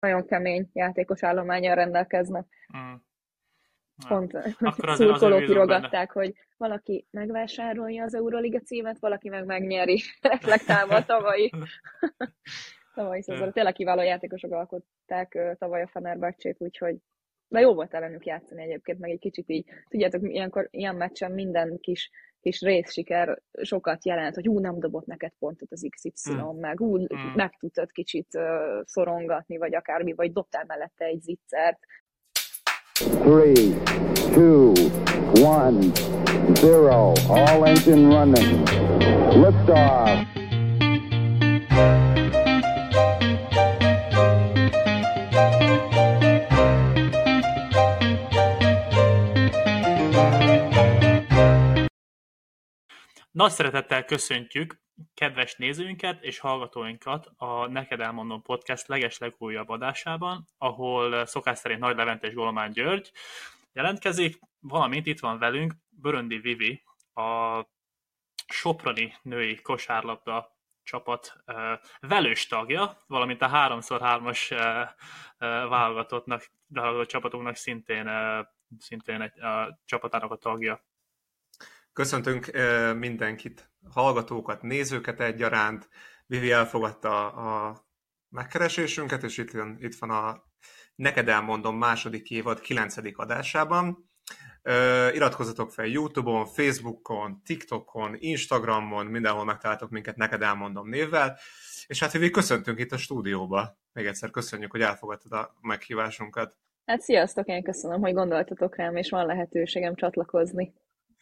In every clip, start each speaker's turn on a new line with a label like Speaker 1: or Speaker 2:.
Speaker 1: nagyon kemény játékos állománnyal rendelkeznek.
Speaker 2: Mm. Ja.
Speaker 1: Pont
Speaker 2: Akkor azért
Speaker 1: szurkolók
Speaker 2: bízunk benne.
Speaker 1: írogatták, hogy valaki megvásárolja az Euroliga címet, valaki meg megnyeri, reflektálva a tavalyi szezonra. Tényleg kiváló játékosok alkották tavaly a Fenerbahcsét, úgyhogy de jó volt ellenük játszani egyébként, meg egy kicsit így, tudjátok, ilyenkor, ilyen meccsen minden kis részsiker sokat jelent, hogy nem dobott neked pontot az XY,
Speaker 2: Mm.
Speaker 1: meg
Speaker 2: Mm.
Speaker 1: meg tudtad kicsit szorongatni, vagy akármi, vagy dobtál mellette egy zicsert.
Speaker 3: 3, 2, 1, 0. All engine running. Liftoff.
Speaker 2: Nagy szeretettel köszöntjük kedves nézőinket és hallgatóinkat a Neked Elmondom Podcast legeslegújabb adásában, ahol szokás szerint Nagy Levente és Golomán György jelentkezik, valamint itt van velünk Böröndi Vivi, a soproni női kosárlabda csapat velős tagja, valamint a 3x3-as válogatottnak, csapatunknak szintén egy csapatának a tagja.
Speaker 4: Köszöntünk mindenkit, hallgatókat, nézőket egyaránt. Vivi elfogadta a megkeresésünket, és itt van a Neked Elmondom második évad 9. adásában. Iratkozzatok fel YouTube-on, Facebookon, TikTokon, Instagramon, mindenhol megtaláltok minket Neked Elmondom névvel. És hát Vivi, köszöntünk itt a stúdióba. Még egyszer köszönjük, hogy elfogadtad a meghívásunkat.
Speaker 1: Hát sziasztok, én köszönöm, hogy gondoltatok rám, és van lehetőségem csatlakozni.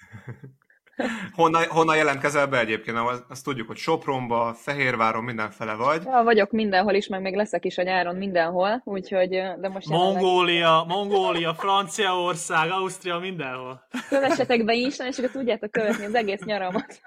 Speaker 4: Honnan jelentkezel be egyébként? Azt tudjuk, hogy Sopronba, Fehérváron, mindenfele vagy.
Speaker 1: Ja, vagyok mindenhol is, meg még leszek is a nyáron mindenhol, úgyhogy, de most
Speaker 2: Mongólia, Franciaország, Ausztria, mindenhol.
Speaker 1: Kövessetek be Instán, és akkor tudjátok követni az egész nyaramat.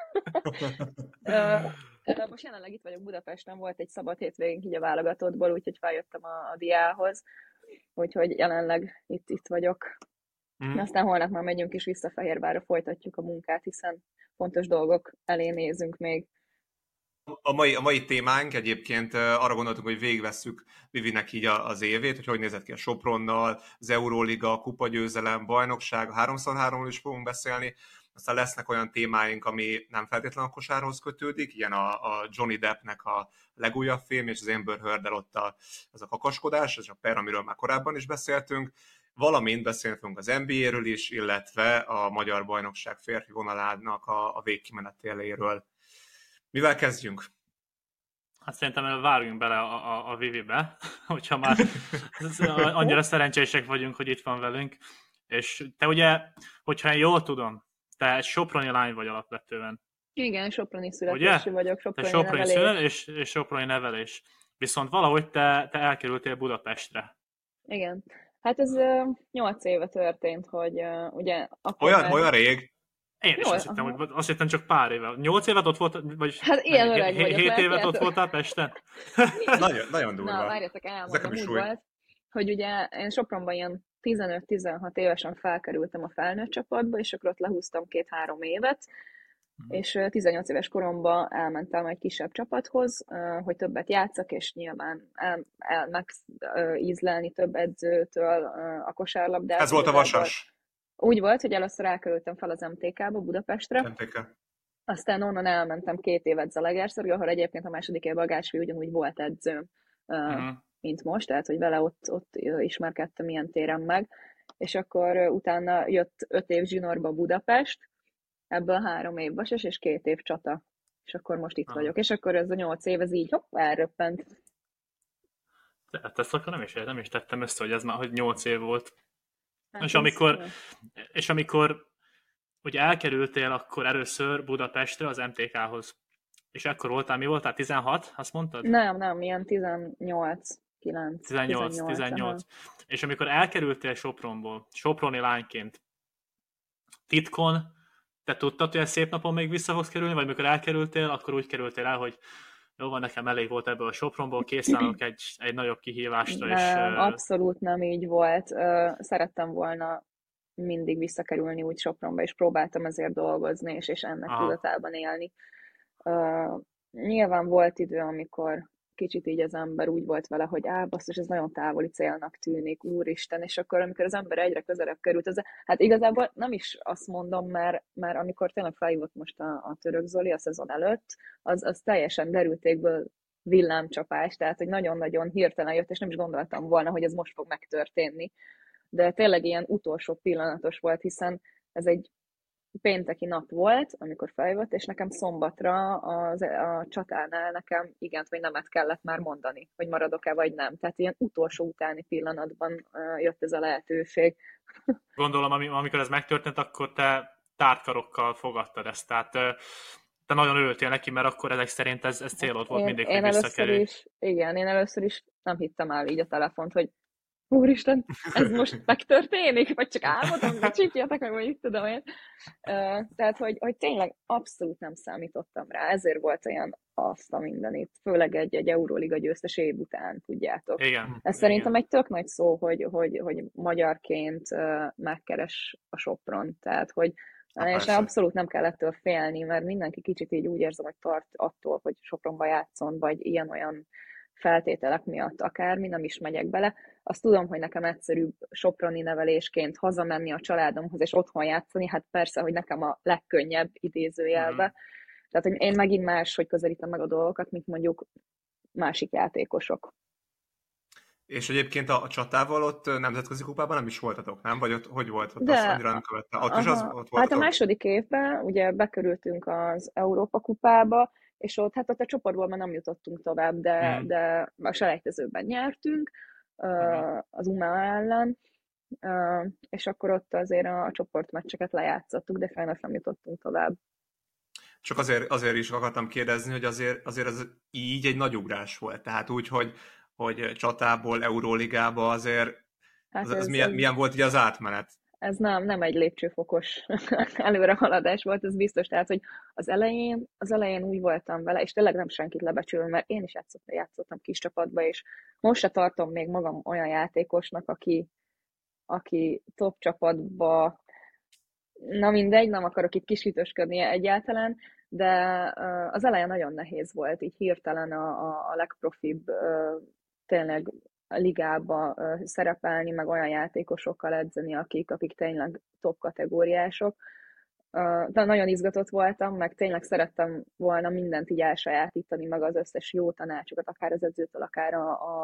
Speaker 1: Most jelenleg itt vagyok Budapesten, volt egy szabad hétvégénk így a válogatottból, úgyhogy feljöttem a diához, úgyhogy jelenleg itt vagyok. Aztán holnap már megyünk is vissza Fehérvárra, folytatjuk a munkát, hiszen fontos dolgok elé nézünk még.
Speaker 4: A mai témánk egyébként arra gondoltunk, hogy végigvesszük Vivinek így az évét, hogy nézett ki a Sopronnal, az Euróliga, kupagyőzelem, bajnokság, a 3x3-ról is fogunk beszélni. Aztán lesznek olyan témáink, ami nem feltétlenül a kosárhoz kötődik, ilyen a Johnny Deppnek a legújabb film, és az Amber Heard-el ott az a kakaskodás, ez a per, amiről már korábban is beszéltünk. Valamint beszélni fogunk az NBA-ről is, illetve a Magyar Bajnokság férfi vonalának a végkimenetéléről. Mivel kezdjünk?
Speaker 2: Hát szerintem várjunk bele a Vivibe, hogyha már annyira szerencsések vagyunk, hogy itt van velünk. És te ugye, hogyha én jól tudom, te egy soproni lány vagy alapvetően.
Speaker 1: Igen, soproni születésű vagyok,
Speaker 2: soproni nevelés. És soproni nevelés. Viszont valahogy te elkerültél Budapestre.
Speaker 1: Igen. Hát ez 8 éve történt, hogy ugye...
Speaker 4: Olyan rég?
Speaker 2: Én is azt hittem csak pár éve. 8 évet ott volt, vagy
Speaker 1: hát ilyen öreg vagyok.
Speaker 2: 7 évet ott voltál Pesten?
Speaker 4: nagyon durva.
Speaker 1: Na, várjatok, elmondom, úgy volt, hogy ugye én Sopronban ilyen 15-16 évesen felkerültem a felnőtt csapatba, és akkor ott lehúztam 2-3 évet, és 18 éves koromban elmentem egy kisebb csapathoz, hogy többet játszak, és nyilván megízlelni több edzőtől a kosárlabdát.
Speaker 4: Ez volt a Vasas?
Speaker 1: Úgy volt, hogy először elkerültem fel az MTK-ba, Budapestre.
Speaker 4: MTK.
Speaker 1: Aztán onnan elmentem 2 évet Zalaegerszegre, ahol egyébként a második évben a Gásfi ugyanúgy volt edzőm, mint most, tehát hogy vele ott ismerkedtem ilyen téren meg. És akkor utána jött 5 év zsinórba Budapest, ebből 3 év Vasas és 2 év Csata. És akkor most itt vagyok. És akkor ez a 8 év, ez így elröppent.
Speaker 2: Tehát ezt akkor nem is tettem össze, hogy ez már hogy 8 év volt. Hát és amikor ugye elkerültél akkor először Budapestre az MTK-hoz. És akkor voltál, mi voltál? 16? Azt mondtad?
Speaker 1: Nem, ilyen 18.
Speaker 2: 18. És amikor elkerültél Sopronból, soproni lányként, titkon, te tudtad, hogy szép napon még vissza fogsz kerülni, vagy amikor elkerültél, akkor úgy kerültél el, hogy jó van, nekem elég volt ebből a Sopronból, készülök egy nagyobb kihívásra.
Speaker 1: Nem, abszolút nem így volt. Szerettem volna mindig visszakerülni úgy Sopronba, és próbáltam ezért dolgozni, és ennek tudatában élni. Nyilván volt idő, amikor kicsit így az ember úgy volt vele, hogy basszus, ez nagyon távoli célnak tűnik, úristen, és akkor amikor az ember egyre közelebb került, hát igazából nem is azt mondom, mert amikor tényleg felhívott most a Török Zoli a szezon előtt, az teljesen derültékből villámcsapás, tehát hogy nagyon-nagyon hirtelen jött, és nem is gondoltam volna, hogy ez most fog megtörténni. De tényleg ilyen utolsó pillanatos volt, hiszen ez egy pénteki nap volt, amikor feljött, és nekem szombatra a csatánál nekem igent vagy nemet kellett már mondani, hogy maradok-e vagy nem. Tehát ilyen utolsó utáni pillanatban jött ez a lehetőség.
Speaker 2: Gondolom, amikor ez megtörtént, akkor te tártkarokkal fogadtad ezt, tehát te nagyon örültél neki, mert akkor ezek szerint ez célod volt mindig, hogy visszakerülj.
Speaker 1: Én először is nem hittem el így a telefont, hogy úristen, ez most megtörténik? Vagy csak álmodom, vagy csípjetek meg, vagy itt tudom én. Tehát, hogy tényleg abszolút nem számítottam rá, ezért volt olyan azt a mindenit, főleg egy Euróliga győztes év után, tudjátok.
Speaker 2: Igen.
Speaker 1: Ez szerintem egy tök nagy szó, hogy magyarként megkeres a Sopron, tehát, hogy és abszolút nem kell ettől félni, mert mindenki kicsit így úgy érzem, hogy tart attól, hogy Sopronba játszon, vagy ilyen-olyan feltételek miatt akármi, nem is megyek bele. Azt tudom, hogy nekem egyszerűbb soproni nevelésként hazamenni a családomhoz és otthon játszani, hát persze, hogy nekem a legkönnyebb idézőjelbe. Tehát, hogy én megint máshogy közelítem meg a dolgokat, mint mondjuk másik játékosok.
Speaker 4: És egyébként a csatával ott nemzetközi kupában nem is voltatok, nem? Vagy ott hogy volt? Ott azt annyira nem követte. Ott is ott
Speaker 1: hát a második évben ugye bekerültünk az Európa kupába, és ott a csoportból már nem jutottunk tovább, de a selejtezőben nyertünk az UMA ellen, és akkor ott azért a csoportmeccseket lejátszottuk, de sajnos nem jutottunk tovább.
Speaker 4: Csak azért is akartam kérdezni, hogy azért ez így egy nagy ugrás volt. Tehát úgy, hogy csatából Euróligába azért ez milyen volt így az átmenet?
Speaker 1: Ez nem egy lépcsőfokos előrehaladás volt, ez biztos. Tehát, hogy az elején úgy voltam vele, és tényleg nem senkit lebecsülöm, mert én is játszottam kis csapatba, és most se tartom még magam olyan játékosnak, aki top csapatba, na mindegy, nem akarok itt kisütösködni egyáltalán, de az elején nagyon nehéz volt, így hirtelen a legprofibb tényleg a ligába szerepelni, meg olyan játékosokkal edzeni, akik tényleg top kategóriások. De nagyon izgatott voltam, meg tényleg szerettem volna mindent így elsajátítani, meg az összes jó tanácsokat, akár az edzőtől, akár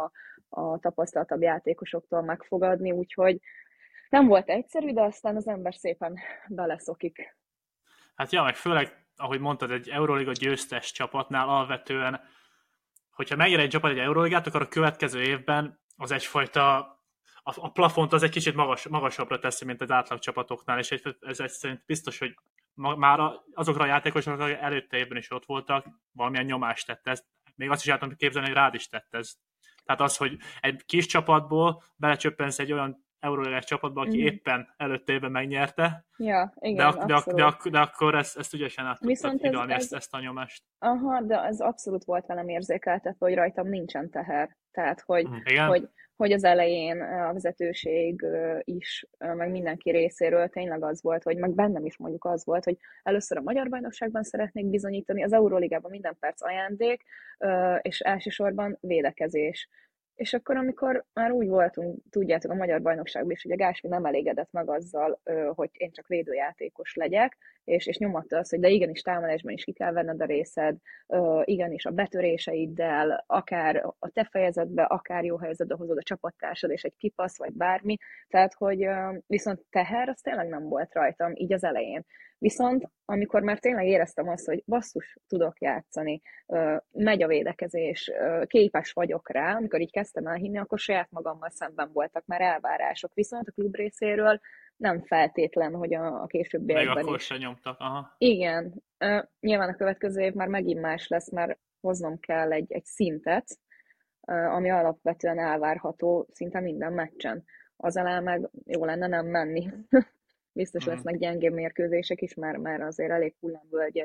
Speaker 1: a tapasztaltabb játékosoktól megfogadni, úgyhogy nem volt egyszerű, de aztán az ember szépen beleszokik.
Speaker 2: Hát ja, meg főleg, ahogy mondtad, egy Euróliga győztes csapatnál alapvetően, hogyha megjel egy csapat egy Euróligát, akkor a következő évben az egyfajta, a plafont az egy kicsit magasabbra teszi, mint az átlag csapatoknál, és ez szerint biztos, hogy már azokra a játékosokra, akik előtte évben is ott voltak, valamilyen nyomást tett ez. Még azt is el tudom képzelni, hogy rád is tett ez. Tehát az, hogy egy kis csapatból belecsöppensz egy olyan Euróligás csapatba, aki éppen előtte évben megnyerte,
Speaker 1: ja, igen,
Speaker 2: de akkor ezt ügyesen át tudtad hidalni ezt a nyomást.
Speaker 1: Aha, de ez abszolút volt velem érzékeltetve, hogy rajtam nincsen teher. Tehát, hogy az elején a vezetőség is, meg mindenki részéről tényleg az volt, hogy meg bennem is mondjuk az volt, hogy először a Magyar Bajnokságban szeretnék bizonyítani, az Euróligában minden perc ajándék, és elsősorban védekezés. És akkor, amikor már úgy voltunk, tudjátok, a Magyar Bajnokságban is, hogy a Gásvi nem elégedett meg azzal, hogy én csak védőjátékos legyek, és nyomatta azt, hogy de igenis támadásban is ki kell venned a részed, igenis a betöréseiddel, akár a te fejezetbe, akár jó helyzetbe hozod a csapattársad, és egy kipassz, vagy bármi. Tehát, hogy viszont teher, az tényleg nem volt rajtam, így az elején. Viszont amikor már tényleg éreztem azt, hogy basszus, tudok játszani, megy a védekezés, képes vagyok rá, amikor így kezdtem elhinni, akkor saját magammal szemben voltak már elvárások. Viszont a klub részéről nem feltétlen, hogy a későbbiekben
Speaker 2: még akkor sem nyomtak. Aha.
Speaker 1: Igen. Nyilván a következő év már megint más lesz, mert hoznom kell egy szintet, ami alapvetően elvárható szinte minden meccsen. Az alá meg jó lenne nem menni. Biztos lesznek gyengébb mérkőzések is, mert azért elég hullámvölgy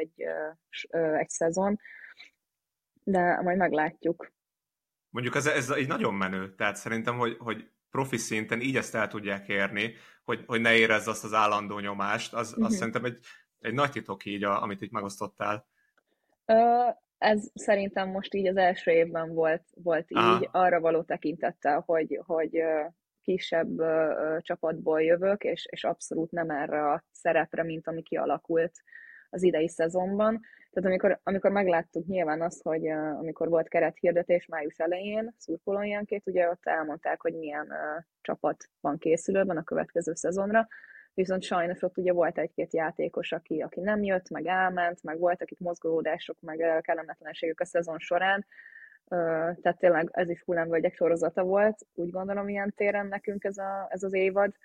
Speaker 1: egy szezon, de majd meglátjuk.
Speaker 4: Mondjuk ez így nagyon menő, tehát szerintem, hogy profi szinten így ezt el tudják érni, hogy ne érezz azt az állandó nyomást, az szerintem egy nagy titok így, amit itt megosztottál.
Speaker 1: ez szerintem most így az első évben volt így, arra való tekintettel, hogy kisebb csapatból jövök, és abszolút nem erre a szerepre, mint ami kialakult az idei szezonban. Tehát amikor megláttuk nyilván azt, hogy amikor volt kerethirdetés május elején, szurkolójánként, ugye ott elmondták, hogy milyen csapat van készülőben a következő szezonra, viszont sajnos ott ugye volt egy-két játékos, aki nem jött, meg elment, meg voltak itt mozgolódások, meg kellemetlenségek a szezon során, tehát tényleg ez is hullámvölgyek sorozata volt, úgy gondolom ilyen téren nekünk ez az évad,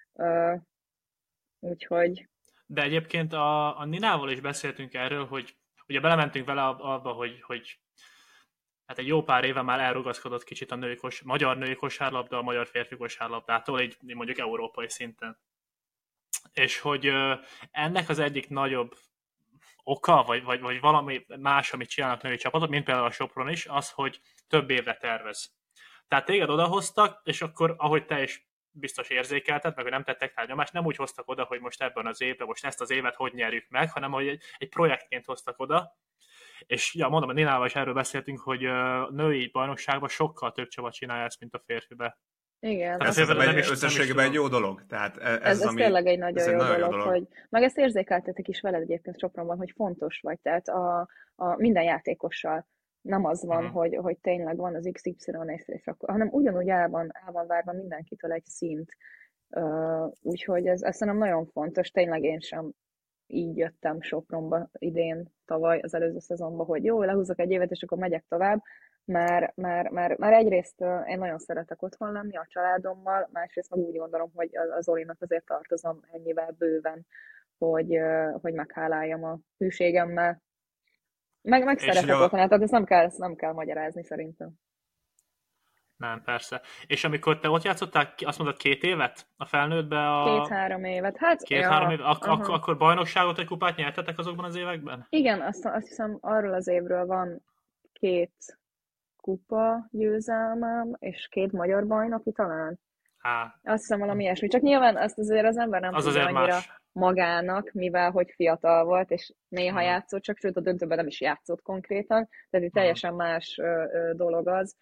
Speaker 1: úgyhogy...
Speaker 2: De egyébként a Ninával is beszéltünk erről, hogy ugye belementünk vele abba, hogy hát egy jó pár éve már elrugaszkodott kicsit a magyar női kosárlabda a magyar férfi kosárlabdától, így mondjuk európai szinten. És hogy ennek az egyik nagyobb oka, vagy valami más, amit csinálnak női csapatok, mint például a Sopron is, az, hogy több évre tervez. Tehát téged odahoztak, és akkor, ahogy te is biztos érzékelted, meg hogy nem tettek rá nyomást, nem úgy hoztak oda, hogy most ebben az évben, most ezt az évet hogy nyerjük meg, hanem hogy egy projektként hoztak oda. És ja, mondom, a Ninával is erről beszéltünk, hogy a női bajnokságban sokkal több csapat csinálja ezt, mint a férfibe.
Speaker 1: Igen.
Speaker 4: Ez összességében egy jó dolog. Tehát
Speaker 1: ez tényleg egy nagyon jó dolog. Hogy, meg ezt érzékeltetek is veled egyébként Sopronban, hogy fontos vagy. Tehát a minden játékossal nem az van, hogy tényleg van az XY és akkor, hanem ugyanúgy el van várva mindenkitől egy szint. Úgyhogy ez szerintem nagyon fontos. Tényleg én sem így jöttem Sopronba idén, tavaly, az előző szezonban, hogy jó, lehúzok egy évet, és akkor megyek tovább. Már egyrészt én nagyon szeretek otthon lenni a családommal, másrészt meg úgy gondolom, hogy az Olinak azért tartozom ennyivel bőven, hogy megháláljam a hűségemmel. Meg szeretek otthon, tehát ezt nem kell magyarázni szerintem.
Speaker 2: Nem, persze. És amikor te ott játszottál, azt mondod 2 évet a felnőttbe?
Speaker 1: 2-3 évet. Hát,
Speaker 2: 2-3 évet? Akkor bajnokságot, egy kupát nyertetek azokban az években?
Speaker 1: Igen, azt hiszem arról az évről van 2 kupa győzelmem, és 2 magyar bajnoki talán. Azt hiszem valami ilyesmi. Csak nyilván azt azért az ember nem tudja annyira magának, mivel hogy fiatal volt, és néha játszott, csak sőt a döntőben nem is játszott konkrétan, tehát itt teljesen más dolog az.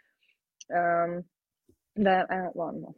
Speaker 1: De van.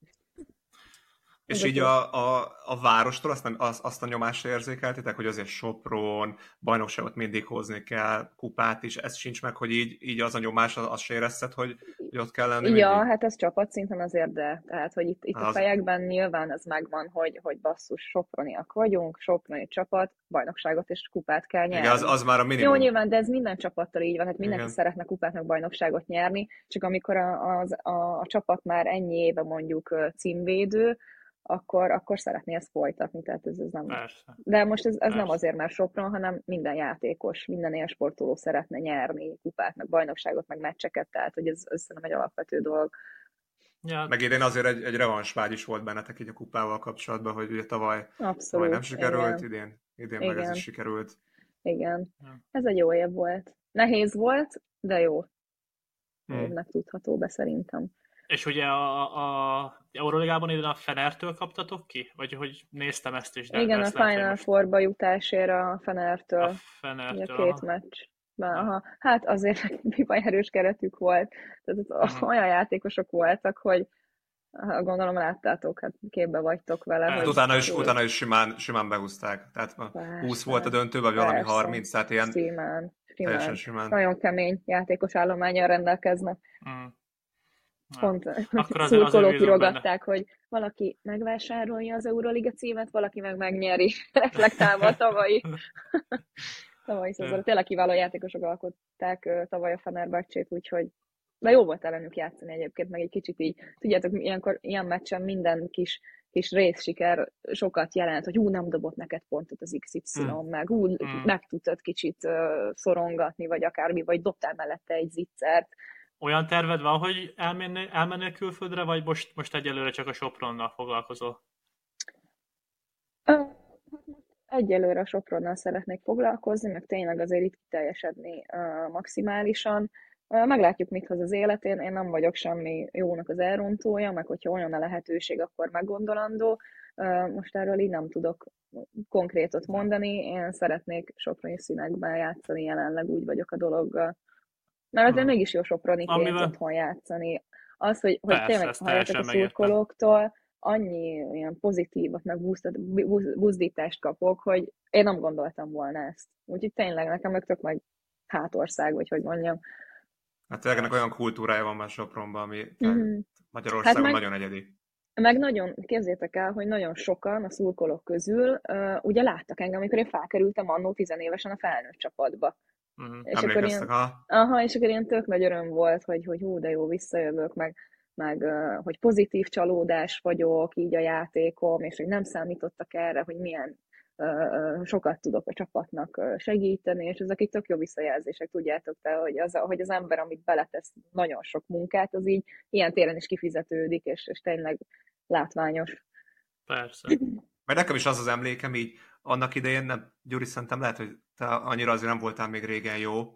Speaker 4: És így a várostól azt a nyomást érzékeltétek, hogy azért Sopron, bajnokságot mindig hozni kell, kupát is, ez sincs meg, hogy így az a nyomás, azt se érezted, hogy ott kell lenni mindig?
Speaker 1: Ja, hát ez csapatszinten azért, de tehát, hogy itt a fejekben nyilván ez megvan, hogy basszus, soproniak vagyunk, soproni csapat, bajnokságot és kupát kell nyerni.
Speaker 4: Igen, az már a minimum.
Speaker 1: Jó, nyilván, de ez minden csapattal így van, hát mindenki szeretne kupát meg bajnokságot nyerni, csak amikor a csapat már ennyi éve mondjuk címvédő, akkor szeretné ezt folytatni, tehát ez nem...
Speaker 2: Persze.
Speaker 1: De most ez nem azért, mert Sopron, hanem minden játékos, minden élsportoló szeretne nyerni kupát, meg bajnokságot, meg meccseket, tehát hogy ez szerintem egy alapvető dolog.
Speaker 2: Ja.
Speaker 4: Meg idén azért egy revansvágy is volt bennetek így a kupával kapcsolatban, hogy ugye tavaly nem sikerült, idén meg ez is sikerült.
Speaker 1: Igen. Ez egy jó év volt. Nehéz volt, de jó. Évnek tudható be szerintem.
Speaker 2: És ugye a Euroligában idén a Fenertől kaptatok ki? Vagy hogy néztem ezt is?
Speaker 1: De igen, a Final Four-ba jutásért a Fenertől.
Speaker 2: A Fenertől.
Speaker 1: Ugye 2 meccs. Hát azért mi erős keretük volt. Tehát olyan játékosok voltak, hogy gondolom láttátok, hát képbe vagytok vele.
Speaker 4: Hát utána is simán behúzták. Tehát 20 volt a döntőben, vagy valami 30, tehát ilyen teljesen simán.
Speaker 1: Nagyon kemény játékos állománnyal rendelkeznek. Pont
Speaker 2: szurkolók
Speaker 1: írogatták, hogy valaki megvásárolja az Euroliga címet, valaki meg megnyeri, reflektálva a tavalyi szezonra. Tényleg kiváló játékosok alkották tavaly a Fenerbahcsét, úgyhogy de jó volt ellenük játszani egyébként, meg egy kicsit így, tudjátok, ilyen meccsen minden kis részsiker sokat jelent, hogy nem dobott neked pontot az XY, meg meg tudtad kicsit szorongatni, vagy akármi, vagy dobtál mellette egy zicsert.
Speaker 2: Olyan terved van, hogy elmennél külföldre, vagy most egyelőre csak a Sopronnal foglalkozol?
Speaker 1: Egyelőre a Sopronnal szeretnék foglalkozni, meg tényleg azért itt kiteljesedni maximálisan. Meglátjuk, mit hoz az élet. Én nem vagyok semmi jónak az elrontója, meg hogyha olyan a lehetőség, akkor meggondolandó. most erről így nem tudok konkrétot mondani. Én szeretnék soproni színekben játszani, jelenleg úgy vagyok a dologgal. Mert azért mégis jó soproniként otthon játszani. Az, hogy tényleg halljátok a szurkolóktól, annyi ilyen pozitívat, meg buzdítást kapok, hogy én nem gondoltam volna ezt. Úgyhogy tényleg nekem meg tök nagy hátország, vagy hogy mondjam.
Speaker 4: Hát ennek olyan kultúrája van már Sopronban, ami Magyarországon hát nagyon egyedi.
Speaker 1: Meg nagyon, képzeljétek el, hogy nagyon sokan a szurkolók közül ugye láttak engem, amikor én felkerültem annó 10 évesen a felnőtt csapatba. És akkor ilyen tök nagy öröm volt, hogy hú, de jó, visszajövök, meg hogy pozitív csalódás vagyok így a játékom, és hogy nem számítottak erre, hogy milyen sokat tudok a csapatnak segíteni, és ezek így tök jó visszajelzések, tudjátok te, hogy az ember, amit beletesz nagyon sok munkát, az így ilyen téren is kifizetődik, és tényleg látványos.
Speaker 2: Persze.
Speaker 4: Mert nekem is az emlékem így, annak idején, nem, Gyuri, szerintem lehet, hogy te annyira azért nem voltál még régen jó.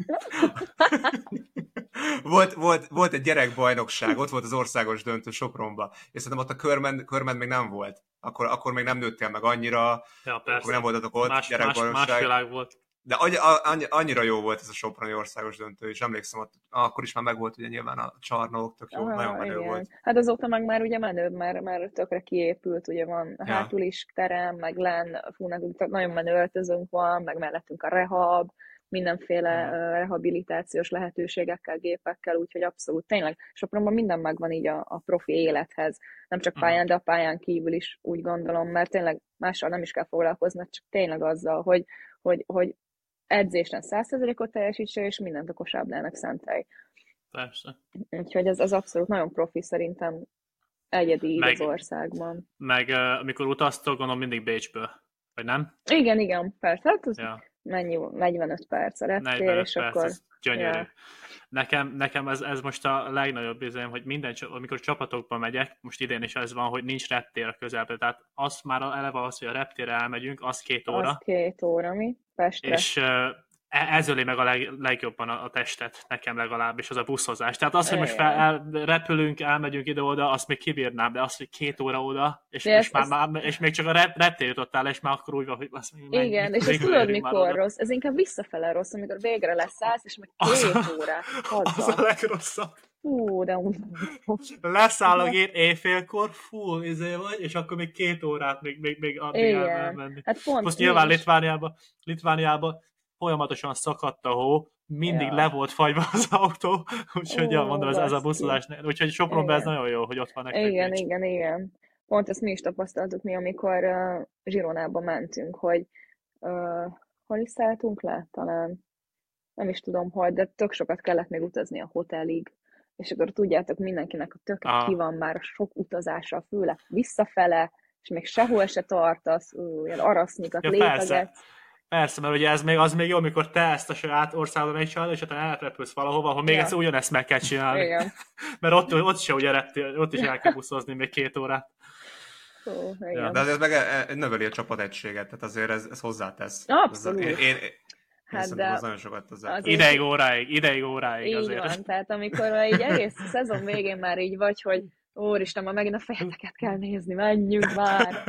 Speaker 4: volt egy gyerekbajnokság, ott volt az országos döntő Sopronba, és szerintem ott a körmed még nem volt. Akkor még nem nőttél meg annyira, akkor nem voltatok ott, gyerekbajnokság.
Speaker 2: Más világ volt.
Speaker 4: De annyira jó volt ez a soproni országos döntő, és emlékszem, akkor is már megvolt ugye nyilván a csarnok, tök jó, nagyon menő volt.
Speaker 1: Hát azóta meg már ugye menőbb, mert tökre kiépült, ugye van hátul is terem, meg lenn, nagyon menő öltözőnk van, meg mellettünk a rehab, mindenféle rehabilitációs lehetőségekkel, gépekkel, úgyhogy abszolút tényleg Sopronban minden megvan így a profi élethez, nem csak pályán, de a pályán kívül is úgy gondolom, mert tényleg mással nem is kell foglalkozni, csak tényleg azzal, hogy edzésen 100%-ot teljesítse, és mindent a kosárlabdának szentelj.
Speaker 2: Persze.
Speaker 1: Úgyhogy ez abszolút nagyon profi szerintem egyedi az országban.
Speaker 2: Meg amikor utaztok, gondolom mindig Bécsből, vagy nem?
Speaker 1: Igen, persze. Hát az mennyi, 45 perc a reptér, és
Speaker 2: perc,
Speaker 1: akkor...
Speaker 2: Ez gyönyörű. Ja. Nekem ez most a legnagyobb bizonyom, hogy amikor csapatokba megyek, most idén is ez van, hogy nincs reptér a közelben, tehát az már eleve az, hogy a reptérre elmegyünk, az 2 óra.
Speaker 1: Az 2 óra, mi? Pestre.
Speaker 2: És ez öli meg a legjobban a testet, nekem legalábbis, az a buszozás. Tehát az, hogy most repülünk, elmegyünk ide-oda, azt még kibírnám, de az, hogy 2 óra oda, és még csak a reptér jutottál, és már akkor úgy van, hogy azt még menjünk.
Speaker 1: Igen, és ezt tudod, mikor rossz? Ez inkább visszafele rossz, amikor végre leszállsz, és meg 2 órát haza.
Speaker 2: Az a legrosszabb.
Speaker 1: Fú, de
Speaker 2: leszáll a gép éjfélkor, full vagy, és akkor még 2 órát még addig elmenni.
Speaker 1: Hát
Speaker 2: most nyilván Litvániába folyamatosan szakadt a hó, mindig le volt fagyva az autó, úgyhogy mondom, ez a buszozás, úgyhogy Sopronban ez nagyon jó, hogy ott van nektek.
Speaker 1: Igen. Pont ezt mi is tapasztaltuk mi, amikor Zsironába mentünk, hogy hol is szálltunk le, talán nem is tudom hol, de tök sokat kellett még utazni a hotelig, és akkor tudjátok, mindenkinek a töke ki van már a sok utazása, főleg visszafele, és még sehol se tartasz, ilyen arasznikat lépegetsz.
Speaker 2: Persze, mert ugye az még jó, amikor te ezt a saját országban megy csinálni, és utána elrepülsz valahova, ahol még egyszer ugyanezt meg kell csinálni.
Speaker 1: Igen.
Speaker 2: Mert ott se ugye reptél, ott is el kell buszozni még 2 órát.
Speaker 1: Igen.
Speaker 4: De azért meg növeli a csapategységet, tehát azért ez hozzátesz.
Speaker 1: Abszolút.
Speaker 4: Hát de az nagyon sokat
Speaker 2: ideig óráig
Speaker 1: így
Speaker 2: azért.
Speaker 1: Van, tehát amikor így egész szezon végén már így vagy, hogy úristen, már megint a fejeteket kell nézni, menjünk már.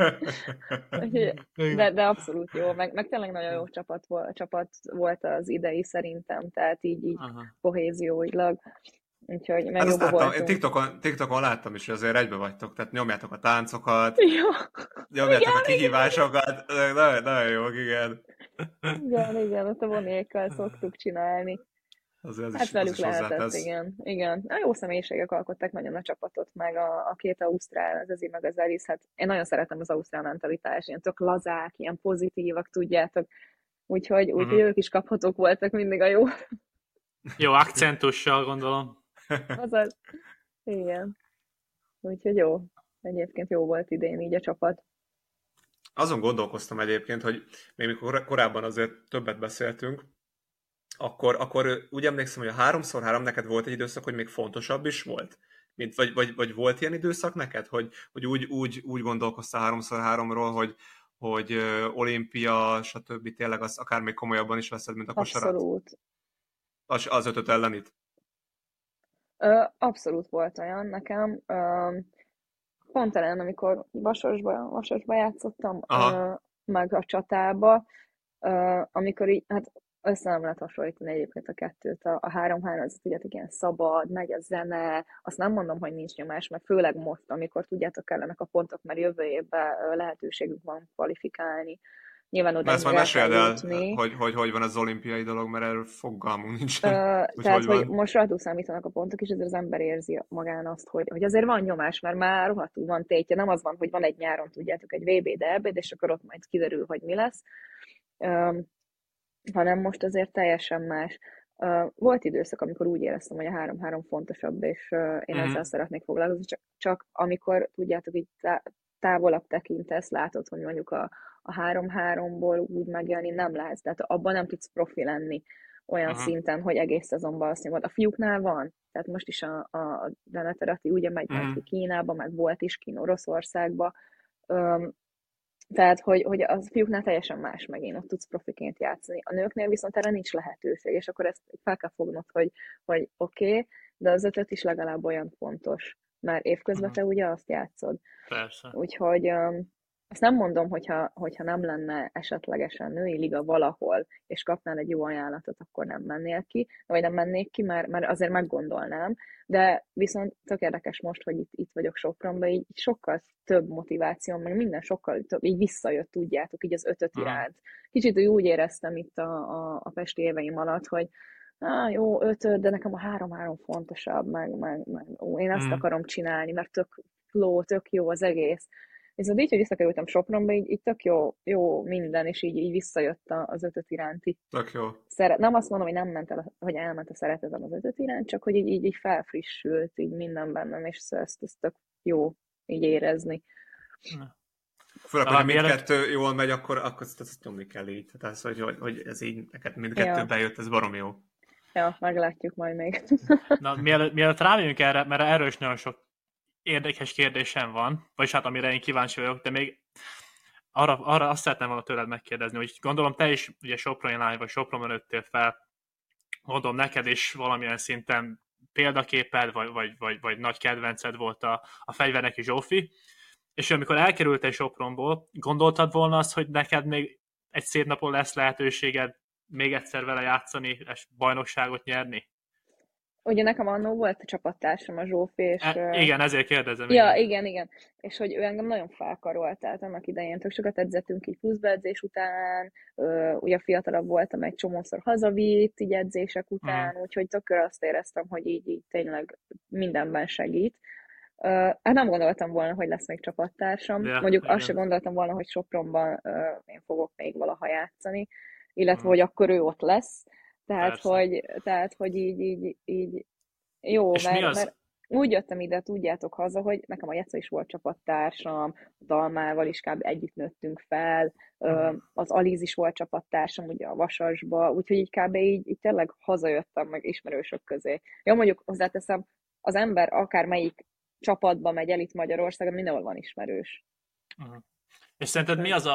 Speaker 1: De abszolút jó, meg tényleg nagyon jó csapat volt az idei szerintem, tehát így kohézióilag. Úgyhogy meg
Speaker 4: hát láttam, TikTokon láttam is, hogy azért egybe vagytok, tehát nyomjátok a táncokat, nyomjátok a kihívásokat, nagyon jó, igen.
Speaker 1: Igen, ott a vonékkal szoktuk csinálni. Hát velük lehetett, igen. A jó személyiségek alkották nagyon a csapatot, meg a 2 ausztrál, az Ezi meg az Alice, hát én nagyon szeretem az ausztrál mentalitást, ilyen tök lazák, ilyen pozitívak, tudjátok, úgyhogy ők is kaphatók voltak mindig a jó.
Speaker 2: Jó akcentussal, gondolom.
Speaker 1: Azaz, igen. Úgyhogy jó. Egyébként jó volt idén így a csapat.
Speaker 4: Azon gondolkoztam egyébként, hogy még mikor korábban azért többet beszéltünk, akkor úgy emlékszem, hogy a 3x3 neked volt egy időszak, hogy még fontosabb is volt? Vagy volt ilyen időszak neked, hogy úgy gondolkoztál 3x3-ról, hogy olimpia, stb. Tényleg az akár még komolyabban is veszed, mint a kosarat?
Speaker 1: Abszolút.
Speaker 4: Az 5 ellenit?
Speaker 1: Abszolút volt olyan nekem. pont talán, amikor Vasasba játszottam, meg a Csatába, amikor így, hát össze nem lehet hasonlítani egyébként a kettőt. A 3-3 az tudjátok, ilyen szabad, megy a zene, azt nem mondom, hogy nincs nyomás, mert főleg most, amikor tudjátok, kellenek a pontok, mert jövő évben lehetőségünk van kvalifikálni. Nyilván oda
Speaker 4: ezt már meséld el, hogy van az olimpiai dolog, mert erről fogalmunk nincs.
Speaker 1: Tehát, hogy most rajtuk számítanak a pontok, és ezért az ember érzi magán azt, hogy azért van nyomás, mert már rohadtul van tétje. Nem az van, hogy van egy nyáron, tudjátok, egy VB, de EB, és akkor ott majd kiderül, hogy mi lesz. Hanem most azért teljesen más. Volt időszak, amikor úgy éreztem, hogy a 3-3 fontosabb, és én ezzel szeretnék foglalkozni, csak amikor, tudjátok, így távolabb tekintesz, látod, hogy mondjuk a 3-3-ból úgy megélni nem lehet, tehát abban nem tudsz profi lenni olyan szinten, hogy egész szezonban azt nyomod. A fiúknál van, tehát most is a Demeter ugye megy ki Kínába, meg volt is Kína, Oroszországba, tehát, hogy a fiúknál teljesen más megint, ott tudsz profiként játszani. A nőknél viszont erre nincs lehetőség, és akkor ezt fel kell fognod, hogy oké, de az 5 is legalább olyan fontos, mert évközben te ugye azt játszod.
Speaker 2: Persze.
Speaker 1: Úgyhogy azt nem mondom, hogyha nem lenne esetlegesen női liga valahol, és kapnál egy jó ajánlatot, akkor nem mennél ki, vagy nem mennék ki, mert azért meggondolnám, de viszont tök érdekes most, hogy itt vagyok Sopronban, így sokkal több motiváció, meg minden sokkal több, így visszajött, tudjátok, így az 5 iránt. Kicsit úgy éreztem itt a pesti éveim alatt, hogy jó, 5, de nekem a 3-3 fontosabb, meg én ezt akarom csinálni, mert tök flow, tök jó az egész. Viszont így, hogy visszakerültem Sopronba, így tök jó minden, és így visszajött az 5 iránti.
Speaker 4: Tök jó.
Speaker 1: Nem azt mondom, hogy hogy elment a szeretetem az 5 iránt, csak hogy így felfrissült, így minden bennem, és ezt tök jó így érezni.
Speaker 4: Főleg, hogy mindkettő jól megy, akkor ezt nyomni kell így. Tehát az, hogy ez így neked mindkettő bejött, ez barom jó.
Speaker 1: Ja, meglátjuk majd még.
Speaker 2: Na, mielőtt rámegyünk erre, mert erről is nagyon sok érdekes kérdésem van, vagyis hát amire én kíváncsi vagyok, de még arra azt szeretném volna tőled megkérdezni, hogy gondolom te is ugye Soproni lány, vagy Sopronban nőttél fel, gondolom neked is valamilyen szinten példaképed, vagy nagy kedvenced volt a Fegyverneki Zsófi, és amikor elkerültél Sopronból, gondoltad volna azt, hogy neked még egy szép napon lesz lehetőséged még egyszer vele játszani, és bajnokságot nyerni?
Speaker 1: Ugye nekem annó volt a csapattársam, a Zsófi, és...
Speaker 2: Igen, ezért kérdezem.
Speaker 1: Ja, igen. És hogy ő engem nagyon felkarolt, tehát annak idején tök sokat edzettünk így pluszbeedzés után, ugye fiatalabb voltam, egy csomószor hazavitt így edzések után, úgyhogy tökre azt éreztem, hogy így tényleg mindenben segít. Hát nem gondoltam volna, hogy lesz még csapattársam. Mondjuk azt sem gondoltam volna, hogy Sopronban én fogok még valaha játszani, illetve hogy akkor ő ott lesz. Tehát, hogy így jó, mert úgy jöttem ide, tudjátok, haza, hogy nekem a Jeca is volt csapattársam, a Dalmával is kb. Együtt nőttünk fel, az Aliz is volt csapattársam, ugye a Vasasba, úgyhogy így kb. így tényleg hazajöttem meg ismerősök közé. Jó, mondjuk hozzáteszem, az ember akármelyik csapatba megy elit Magyarországon, mindenhol van ismerős.
Speaker 2: És szerinted mi az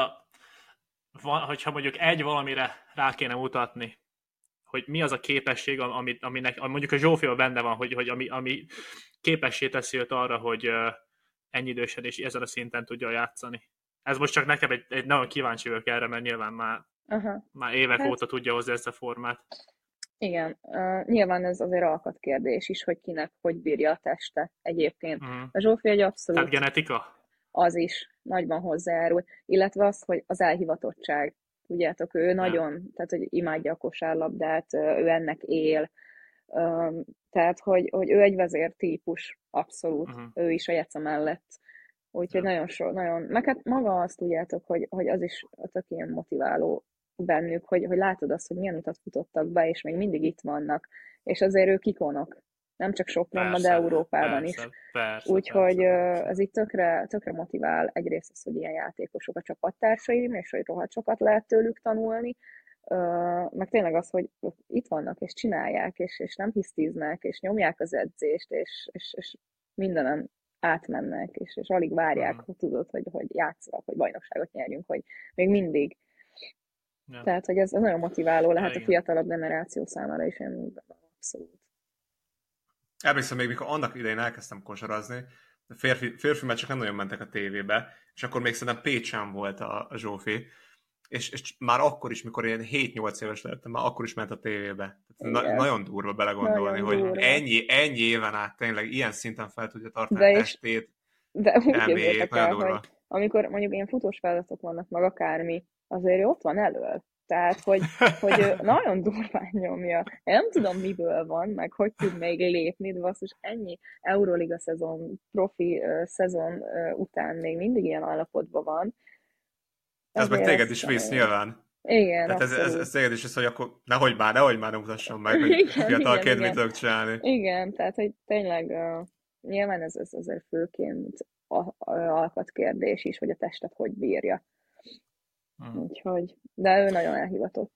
Speaker 2: hogyha mondjuk egy valamire rá kéne mutatni, hogy mi az a képesség, aminek mondjuk a Zsófival benne van, hogy ami képessé teszi őt arra, hogy ennyi idősen és ezen a szinten tudja játszani. Ez most csak nekem egy nagyon kíváncsi vagyok erre, mert nyilván már évek óta tudja hozni ezt a formát.
Speaker 1: Igen, nyilván ez azért alkatkérdés is, hogy kinek hogy bírja a teste egyébként. A Zsófi egy abszolút...
Speaker 2: Tehát genetika?
Speaker 1: Az is nagyban hozzájárul, illetve az, hogy az elhivatottság. Tudjátok, ő nagyon, tehát hogy imádja a kosárlabdát, ő ennek él, tehát hogy ő egy vezértípus, abszolút, ő is a Jeca mellett. Úgyhogy nagyon, meg hát maga azt tudjátok, hogy az is tök ilyen motiváló bennük, hogy látod azt, hogy milyen utat futottak be, és még mindig itt vannak, és azért ők ikonok. Nem csak Sopronban, de Európában is. Úgyhogy ez itt tökre motivál egyrészt az, hogy ilyen játékosok a csapattársaim, és hogy rohadt sokat lehet tőlük tanulni, meg tényleg az, hogy itt vannak, és csinálják, és nem hisztiznek, és nyomják az edzést, és mindenen átmennek, és alig várják, hogy tudod, hogy játszva, hogy bajnokságot nyerjünk, hogy még mindig. Ja. Tehát, hogy ez nagyon motiváló lehet a fiatalabb generáció számára is, én abszolút.
Speaker 4: Emlékszem még, mikor annak idején elkezdtem kosarazni, Férfi meccsek nem nagyon mentek a tévébe, és akkor még szerintem Pécsán volt a Zsófi, és már akkor is, mikor én 7-8 éves lettem, már akkor is ment a tévébe. Nagyon durva belegondolni,
Speaker 1: Nagyon
Speaker 4: hogy
Speaker 1: durva.
Speaker 4: ennyi éven át tényleg ilyen szinten fel tudja tartani
Speaker 1: De
Speaker 4: a
Speaker 1: és-
Speaker 4: testét,
Speaker 1: De úgy
Speaker 4: elméjét,
Speaker 1: képzeljétek el,
Speaker 4: nagyon durva.
Speaker 1: hogy amikor mondjuk ilyen futós feladatok vannak, meg akármi, azért ő ott van elől. Tehát, hogy ő nagyon durván nyomja. Én nem tudom, miből van, meg hogy tud még lépni, de basszus, ennyi Euroliga szezon, profi szezon után még mindig ilyen állapotban van.
Speaker 4: Ez meg
Speaker 1: Azért
Speaker 4: téged
Speaker 1: az
Speaker 4: is visz
Speaker 1: kemény.
Speaker 4: nyilván.
Speaker 1: Igen,
Speaker 4: Tehát ez
Speaker 1: abszolút.
Speaker 4: téged is visz, hogy akkor nehogy már ne mutassam meg, hogy
Speaker 1: Igen,
Speaker 4: fiatalként
Speaker 1: igen.
Speaker 4: mit tudok csinálni.
Speaker 1: Igen, tehát, hogy tényleg nyilván ez azért főként alkatkérdés is, hogy a testet hogy bírja. Úgyhogy, de ő nagyon elhivatott.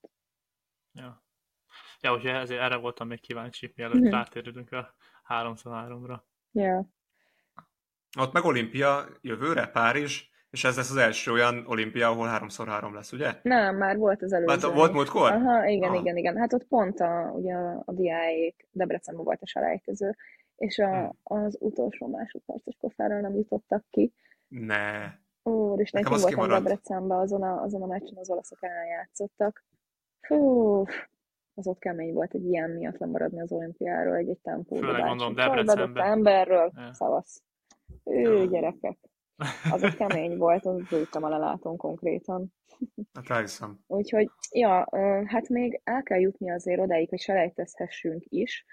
Speaker 2: Ja, úgyhogy ezért erre voltam még kíváncsi, mielőtt rátérődünk a 3x3-ra.
Speaker 1: Ja.
Speaker 4: Ott meg olimpia jövőre, Párizs, és ez lesz az első olyan olimpia, ahol 3x3 lesz, ugye?
Speaker 1: Nem, már volt az előző.
Speaker 4: Mert volt múltkor?
Speaker 1: Aha, igen. Hát ott pont ugye a diáék Debrecenben volt a selejtező, és az utolsó másodperces pofáról nem jutottak ki.
Speaker 4: Ne.
Speaker 1: És nekem voltam Debrecenben azon a meccsen, az olaszok ellen játszottak. Fú, az ott kemény volt egy ilyen miatt lemaradni az olimpiáról, egy tempóba.
Speaker 2: Főleg mondom Debrecenben.
Speaker 1: Emberről, szavasz. Gyerekek. Az ott kemény volt, az bőjtem a lelátón konkrétan.
Speaker 4: Hát elhiszem.
Speaker 1: Úgyhogy, ja, hát még el kell jutni azért odáig, hogy selejtezhessünk is.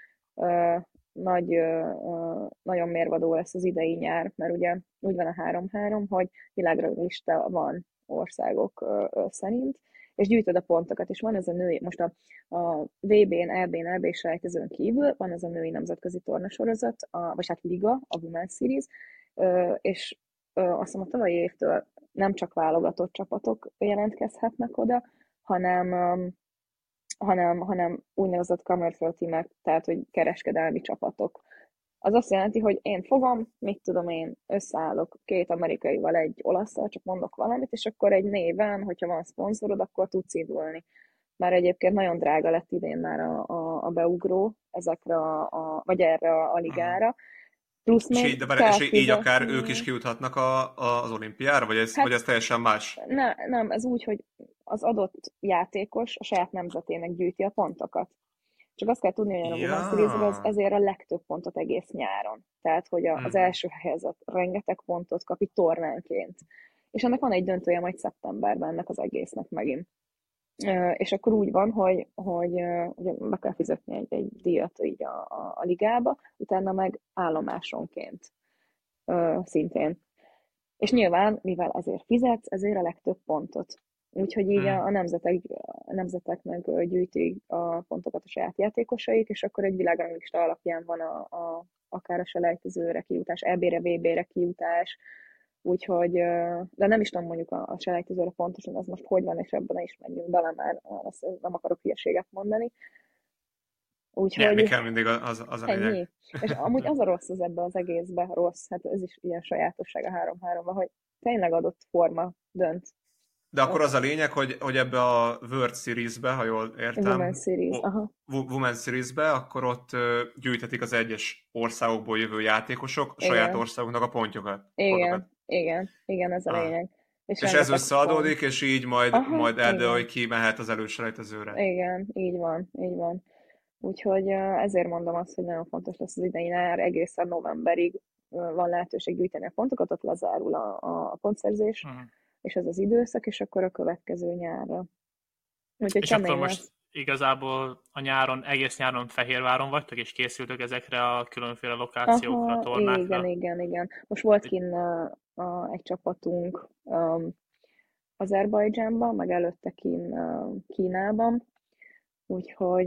Speaker 1: Nagyon mérvadó lesz az idei nyár, mert ugye úgy van a 3-3, hogy világranglista van országok szerint, és gyűjtöd a pontokat, és van ez a női, most a VB-n, EB-n, EB selejtezőn kívül van ez a női nemzetközi tornasorozat, vagy hát liga, a Women's Series, és azt hiszem a tavalyi évtől nem csak válogatott csapatok jelentkezhetnek oda, hanem úgynevezett commercial teamek, tehát hogy kereskedelmi csapatok. Az azt jelenti, hogy én fogom, mit tudom én, összeállok 2 amerikaival, egy olasszal, csak mondok valamit, és akkor egy néven, hogyha van szponzorod, akkor tudsz indulni. Már egyébként nagyon drága lett idén már a beugró ezekre vagy erre a ligára.
Speaker 4: Plusz még és így akár ők is kijuthatnak az olimpiára, vagy ez teljesen más?
Speaker 1: Nem, ez úgy, hogy az adott játékos a saját nemzetének gyűjti a pontokat. Csak azt kell tudni, hogy a Women's Series-ben ezért a legtöbb pontot egész nyáron. Tehát, hogy az első helyezett rengeteg pontot kap itt tornánként. És ennek van egy döntője majd szeptemberben ennek az egésznek megint. És akkor úgy van, hogy ugye be kell fizetni egy díjat így a ligába, utána meg állomásonként szintén. És nyilván, mivel ezért fizetsz, ezért a legtöbb pontot. Úgyhogy így a nemzetek meg gyűjtik a pontokat a saját játékosaik, és akkor egy világranglista alapján van akár a selejtezőre kijutás, EB-re, VB-re kijutás, úgyhogy, de nem is tudom mondjuk a selejtezőre pontosan, az most hogy van, és ebben ne is menjünk bele, mert azt nem akarok hülyeséget mondani.
Speaker 4: Úgyhogy mi kell mindig az a lényeg.
Speaker 1: És amúgy az a rossz az ebben az egészben, hát ez is ilyen sajátosság a 3-3-ban, hogy tényleg adott forma dönt.
Speaker 4: De akkor az a lényeg, hogy ebbe a World Series-be, ha jól értem, Women's Series-be, akkor ott gyűjthetik az egyes országokból jövő játékosok a saját országoknak a pontokat.
Speaker 1: Igen, ez a lényeg.
Speaker 4: És ez összeadódik, és így majd eldől, hogy ki mehet az előselejtezőre.
Speaker 1: Igen, így van. Úgyhogy ezért mondom azt, hogy nagyon fontos lesz az idei nyár, egészen novemberig van lehetőség gyűjteni a pontokat, ott lezárul a pontszerzés, és ez az időszak, és akkor a következő nyárra. Úgyhogy
Speaker 2: és akkor most igazából egész nyáron Fehérváron vagytok, és készültök ezekre a különféle lokációkra, tornákra?
Speaker 1: Igen. Most volt kinn egy csapatunk Azerbajdzsánban, meg előtte Kínában, úgyhogy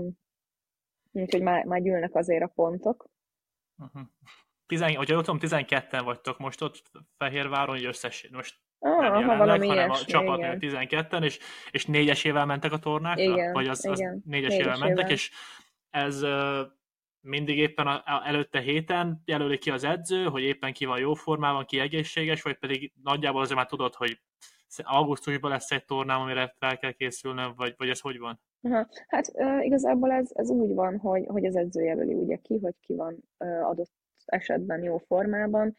Speaker 1: már gyűlnek azért a pontok.
Speaker 2: Hogyha jól tudom, 12-en vagytok most ott Fehérváron, hogy összes, most
Speaker 1: nem
Speaker 2: jelenleg, hanem a csapatnál 12-en, és 4-esével mentek a tornákra?
Speaker 1: Igen,
Speaker 2: vagy az 4-esével mentek, és ez mindig éppen előtte héten jelöli ki az edző, hogy éppen ki van jó formában, ki egészséges, vagy pedig nagyjából azért már tudod, hogy augusztusban lesz egy tornám, amire fel kell készülnöm, vagy ez hogy van?
Speaker 1: Hát igazából ez úgy van, hogy az edző jelöli ugye ki, hogy ki van adott esetben jó formában,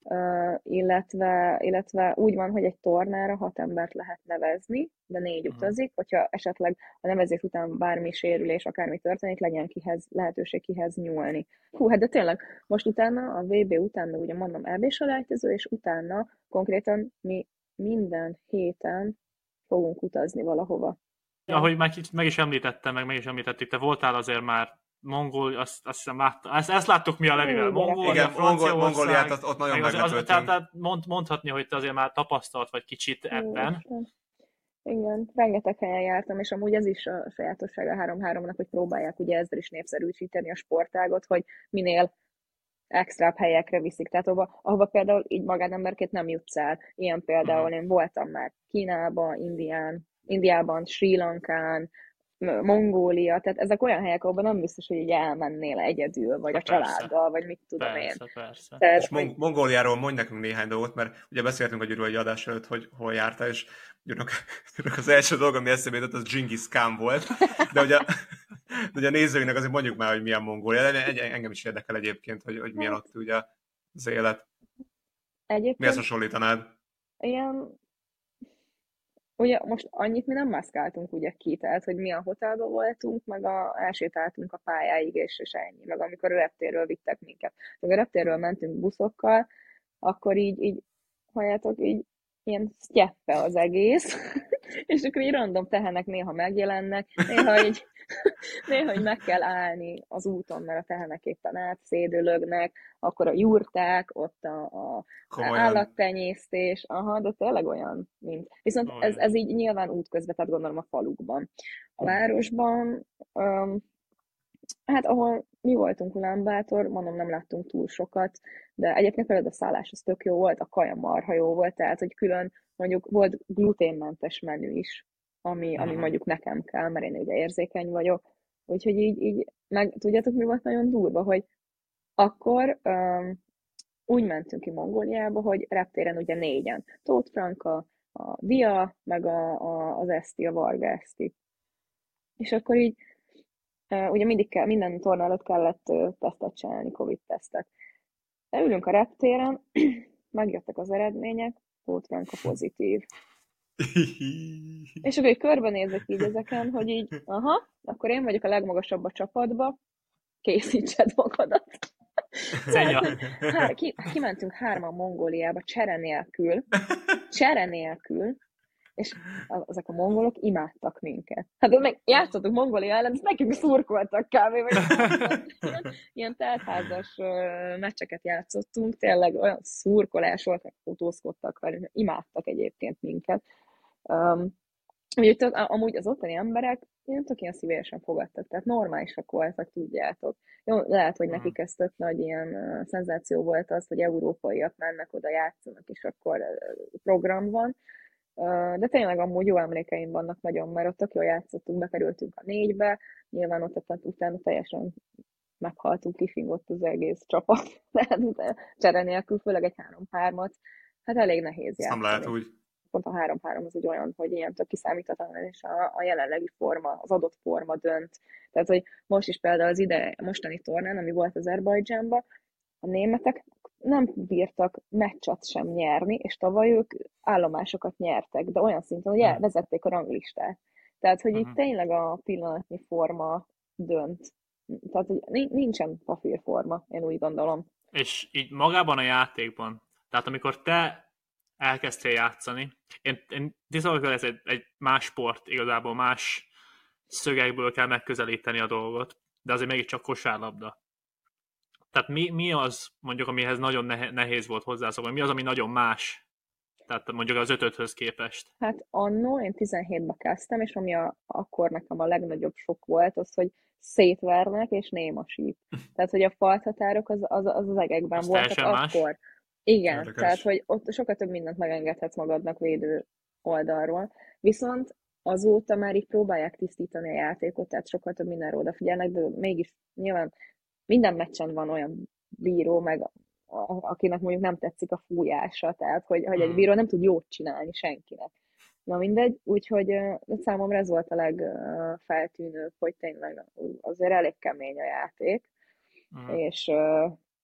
Speaker 1: illetve úgy van, hogy egy tornára 6 embert lehet nevezni, de 4 utazik, hogyha esetleg a nevezés után bármi sérülés, akármi történik, legyen lehetőség kihez nyúlni. Hú, hát de tényleg, most utána, a VB után, meg ugye mondom EB-selejtező, és utána konkrétan mi minden héten fogunk utazni valahova.
Speaker 2: Ahogy meg is említettem, meg is említettük, te voltál azért már Mongol, azt hiszem ezt láttuk mi a Levivel.
Speaker 4: Mongóliát ott nagyon meglepődtünk.
Speaker 2: Tehát mondhatni, hogy te azért már tapasztalt vagy kicsit ebben.
Speaker 1: Igen, rengeteg helyen jártam, és amúgy ez is a sajátossága a 3-3-nak, hogy próbálják ugye ezzel is népszerűsíteni a sportágot, hogy minél extrább helyekre viszik. Tehát ahova például így magánemberként nem jutsz el. Ilyen például én voltam már Kínában, Indiában, Srí Lankán, Mongólia, tehát ezek olyan helyek, ahol nem biztos, hogy így elmennél egyedül, vagy a családdal, vagy mit tudom én.
Speaker 2: Persze.
Speaker 1: Tehát,
Speaker 4: és Mongóliáról mondj nekünk néhány dolgot, mert ugye beszéltünk a Gyuri egy adás előtt, hogy hol jártál, és Gyurinak az első dolog, ami eszébe jutott, az Genghis Khan volt, de ugye a nézőinknek azért mondjuk már, hogy milyen Mongólia, engem is érdekel egyébként, hogy milyen ott ugye az élet. Mihez hasonlítanád?
Speaker 1: Ilyen, ugye most annyit mi nem mászkáltunk ugye ki, tehát hogy mi a hotelben voltunk, meg elsétáltunk a pályáig, és ennyi, meg amikor a reptérről vittek minket. Meg a reptérről mentünk buszokkal, akkor így halljátok, így ilyen sztyeppe az egész, és akkor így random tehenek néha megjelennek, néha így meg kell állni az úton, mert a tehenek éppen átszédülögnek, akkor a jurták, ott a állattenyésztés, de tényleg olyan, mint. Viszont ez így nyilván útközben, tehát gondolom a falukban. A városban, hát ahol mi voltunk Ulánbátor, mondom, nem láttunk túl sokat, de egyébként például a szállás az tök jó volt, a kaja marha jó volt, tehát hogy külön mondjuk volt gluténmentes menü is, ami mondjuk nekem kell, mert én ugye érzékeny vagyok. Úgyhogy így meg tudjátok, mi volt nagyon durva, hogy akkor úgy mentünk ki Mongóliába, hogy reptéren ugye 4-en. Tóth Franka, a Dia, meg az Eszti, a Varga Eszti. És akkor így ugye minden torna előtt kellett tesztet csinálni, Covid-tesztet. De ülünk a reptéren, megjöttek az eredmények, Tóth Franka pozitív. És akkor így körbenézek így ezeken, hogy így, akkor én vagyok a legmagasabb a csapatba, készítsed magadat. Kimentünk 3-an Mongóliába csere nélkül, és ezek a mongolok imádtak minket. Hát meg játszottuk Mongólia ellen, és nekünk szurkoltak kb. Ilyen teltházas meccseket játszottunk, tényleg olyan szurkolás volt, meg fotózkodtak velünk, imádtak egyébként minket. Úgyhogy amúgy az ottani emberek tök ilyen szívesen fogadtak, tehát normálisak voltak, tudjátok. Jó, lehet, hogy nekik ez tök nagy ilyen szenzáció volt az, hogy európaiak mennek oda játszanak, és akkor program van. De tényleg amúgy jó emlékeim vannak nagyon, mert ott tök jól játszottunk, bekerültünk a 4-be, nyilván ott utána teljesen meghaltunk, kifingott az egész csapat, tehát csere nélkül, főleg egy 3-3-at, hát elég nehéz játszani.
Speaker 4: Nem lehet úgy.
Speaker 1: Pont a 3-3 az egy olyan, hogy ilyen tök kiszámíthatatlan, és a jelenlegi forma, az adott forma dönt. Tehát, hogy most is például az mostani tornán, ami volt Azerbajdzsánban, a németek nem bírtak meccset sem nyerni, és tavaly ők állomásokat nyertek, de olyan szinten, hogy vezették a ranglistát. Tehát, hogy itt tényleg a pillanatnyi forma dönt. Tehát, hogy nincsen papírforma, én úgy gondolom.
Speaker 2: És így magában a játékban, tehát amikor te elkezdtél játszani, én tisztában, hogy ez egy más sport, igazából más szögekből kell megközelíteni a dolgot, de azért mégiscsak kosárlabda. Tehát mi az, mondjuk, amihez nagyon nehéz volt hozzászokni? Mi az, ami nagyon más? Tehát mondjuk az 5-5-höz képest.
Speaker 1: Hát annó, én 17-ben kezdtem, és ami akkor nekem a legnagyobb sok volt, az, hogy szétvernek, és néma síp. Tehát, hogy a falthatárok az egekben voltak akkor. Más? Igen, érdekes. Tehát, hogy ott sokkal több mindent megengedhetsz magadnak védő oldalról. Viszont azóta már így próbálják tisztítani a játékot, tehát sokkal több mindenre odafigyelnek, de mégis nyilván minden meccsen van olyan bíró, meg akinek mondjuk nem tetszik a fújása, tehát hogy egy bíró nem tud jót csinálni senkinek. Na mindegy, úgyhogy számomra ez volt a legfeltűnőbb, hogy tényleg azért elég kemény a játék, és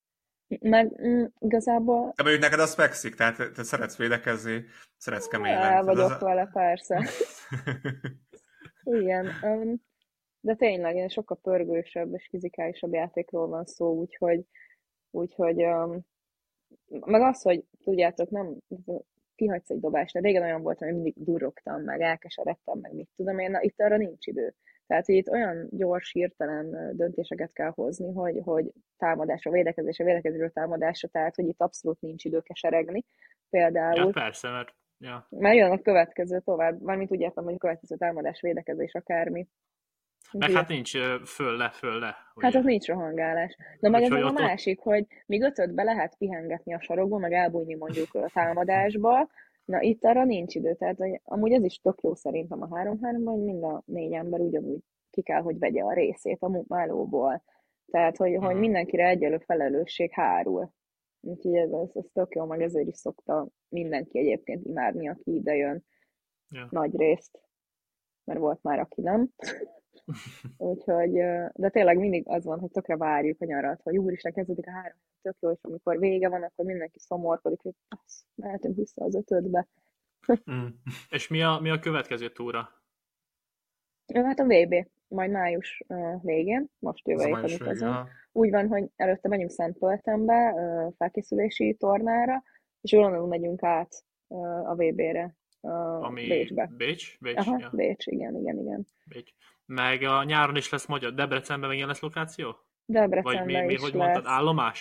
Speaker 1: Meg igazából
Speaker 4: De mondjuk neked az fekszik, tehát te szeretsz védekezni, szeretsz kemény lenni.
Speaker 1: el vagyok vele, persze. Igen, de tényleg sokkal pörgősebb és fizikálisabb játékról van szó, úgyhogy meg az, hogy tudjátok, nem kihagysz egy dobást, de régen olyan voltam, hogy mindig durrogtam, meg elkeseredtem, meg mit tudom én, na itt arra nincs idő. Tehát, hogy itt olyan gyors, hirtelen döntéseket kell hozni, hogy támadásra, védekezésről támadásra, tehát, hogy itt abszolút nincs idő keseregni. Például.
Speaker 2: Ja, persze, mert ja.
Speaker 1: Mert jön a következő tovább, mármint úgy értem, hogy a következő támadás, védekezés, akármi.
Speaker 2: Meg hát nincs föl-le.
Speaker 1: Hát ott nincs rohangálás. De meg ez a
Speaker 2: ott
Speaker 1: másik, hogy míg 5-5-be lehet pihengetni a sarokba, meg elbújni mondjuk a támadásba, na itt arra nincs idő. Tehát amúgy ez is tök jó szerintem a 3-3-ban, hogy mind a 4 ember ugyanúgy ki kell, hogy vegye a részét a munkálóból. Tehát, hogy mindenkire egyelő felelősség hárul. Úgyhogy ez tök jó, meg ezért is szokta mindenki egyébként imádni, aki ide jön.
Speaker 2: Ja.
Speaker 1: Nagy részt. Mert volt már, aki nem. Úgyhogy, de tényleg mindig az van, hogy tökre várjuk a nyarat, hogy úristen, kezdődik a 3, tök jó, és amikor vége van, akkor mindenki szomorkodik, hogy mehetünk vissza az 5-5-be.
Speaker 2: És mi a következő túra?
Speaker 1: Hát a VB, majd május végén, most jövő héten utazunk. Úgy van, hogy előtte megyünk Szentpöltenbe, felkészülési tornára, és onnan megyünk át a VB-re.
Speaker 2: Ami
Speaker 1: Bécsbe.
Speaker 2: Bécs?
Speaker 1: Aha,
Speaker 2: ja.
Speaker 1: Bécs, igen.
Speaker 2: Bécs. Meg a nyáron is lesz magyar. Debrecenben megint lesz lokáció?
Speaker 1: Debrecenben is
Speaker 2: hogy
Speaker 1: lesz.
Speaker 2: Mondtad? Állomás,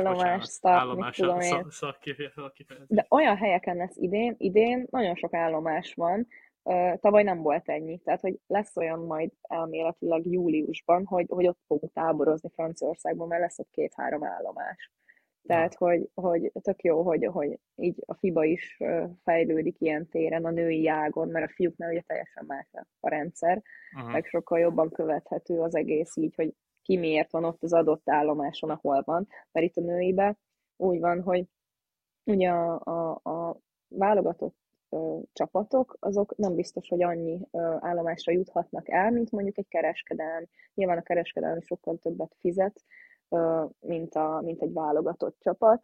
Speaker 1: szakifejezés. De olyan helyeken lesz idén nagyon sok állomás van. Tavaly nem volt ennyi. Tehát, hogy lesz olyan majd elméletileg júliusban, hogy ott fogunk táborozni Franciaországban, mert lesz ott 2-3 állomás. Tehát, hogy tök jó, hogy így a FIBA is fejlődik ilyen téren a női ágon, mert a fiúknál ugye teljesen más a rendszer, meg sokkal jobban követhető az egész így, hogy ki miért van ott az adott állomáson, ahol van. Mert itt a nőiben úgy van, hogy ugye a válogatott csapatok, azok nem biztos, hogy annyi állomásra juthatnak el, mint mondjuk egy kereskedelm. Nyilván a kereskedelm sokkal többet fizet, mint egy válogatott csapat.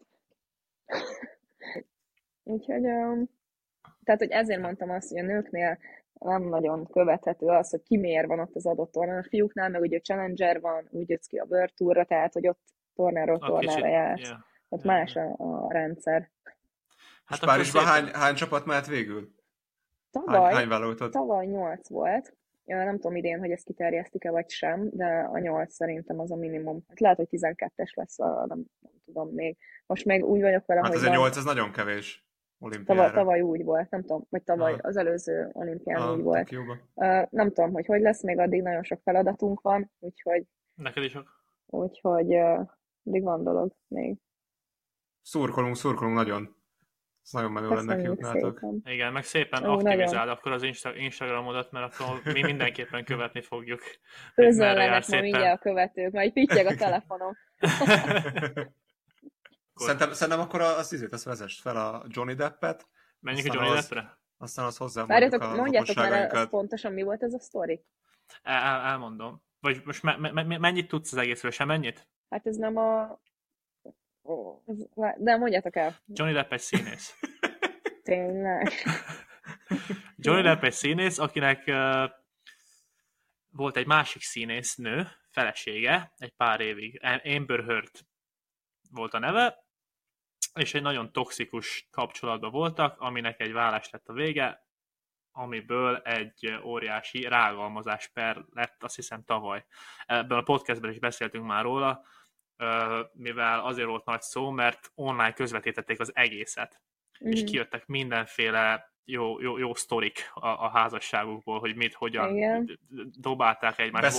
Speaker 1: Úgyhogy, tehát, hogy ezért mondtam azt, hogy a nőknél nem nagyon követhető az, hogy ki miért van ott az adott tornán. A fiúknál meg ugye a Challenger van, úgy jössz ki a World Tourra, tehát, hogy ott tornára jársz. Ott más a rendszer.
Speaker 4: Hát és Párizsban hány csapat mehet végül? Hány válogatott?
Speaker 1: Tavaly 8 volt. Nem tudom idén, hogy ezt kiterjesztik-e vagy sem, de a 8 szerintem az a minimum. Hát lehet, hogy 12-es lesz, nem tudom még. Most még úgy vagyok vele,
Speaker 4: hogy... Hát ez a 8, ez nagyon kevés olimpiára.
Speaker 1: Tavaly úgy volt, nem tudom, vagy tavaly az előző olimpián úgy volt. Nem tudom, hogy lesz, még addig nagyon sok feladatunk van, úgyhogy...
Speaker 2: Neked is sok.
Speaker 1: Úgyhogy addig van dolog még.
Speaker 4: Szurkolunk nagyon. Ez nagyon menő lenne, kijutnátok.
Speaker 2: Igen, meg szépen aktivizáld akkor az Instagramodat, mert akkor mi mindenképpen követni fogjuk.
Speaker 1: Közönlenek ma mindjárt a követők, majd pittyeg a telefonom.
Speaker 4: Szerintem akkor azt vezess fel a Johnny Deppet.
Speaker 2: Menjünk a Johnny Deppre?
Speaker 4: Aztán azt hozzá
Speaker 1: mondjátok már pontosan mi volt ez a sztori?
Speaker 2: Elmondom. Vagy most mennyit tudsz az egészről, sem mennyit?
Speaker 1: Hát ez nem a... De mondjátok el.
Speaker 2: Johnny Depp egy színész.
Speaker 1: Tényleg.
Speaker 2: Johnny Depp egy színész, akinek volt egy másik színésznő, felesége, egy pár évig. Amber Heard volt a neve, és egy nagyon toxikus kapcsolatban voltak, aminek egy vállás lett a vége, amiből egy óriási rágalmazás per lett, azt hiszem tavaly. Ebben a podcastben is beszéltünk már róla, mivel azért volt nagy szó, mert online közvetítették az egészet, és kijöttek mindenféle jó sztorik a házasságukból, hogy mit, hogyan dobálták egymást,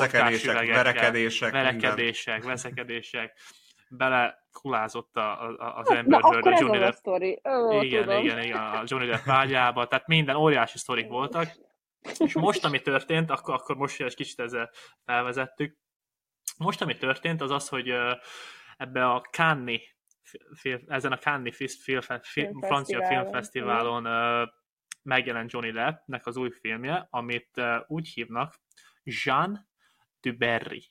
Speaker 2: verekedések, belekulázott az Amber Heard a Johnny Depp. Igen, a Johnny Depp ágyába, tehát minden óriási sztorik voltak, és most, ami történt, akkor most egy kicsit ezzel felvezettük. Most, ami történt, az az, hogy ebbe a ezen a Cannes francia filmfesztiválon megjelent Johnny Deppnek az új filmje, amit úgy hívnak Jean du Barry.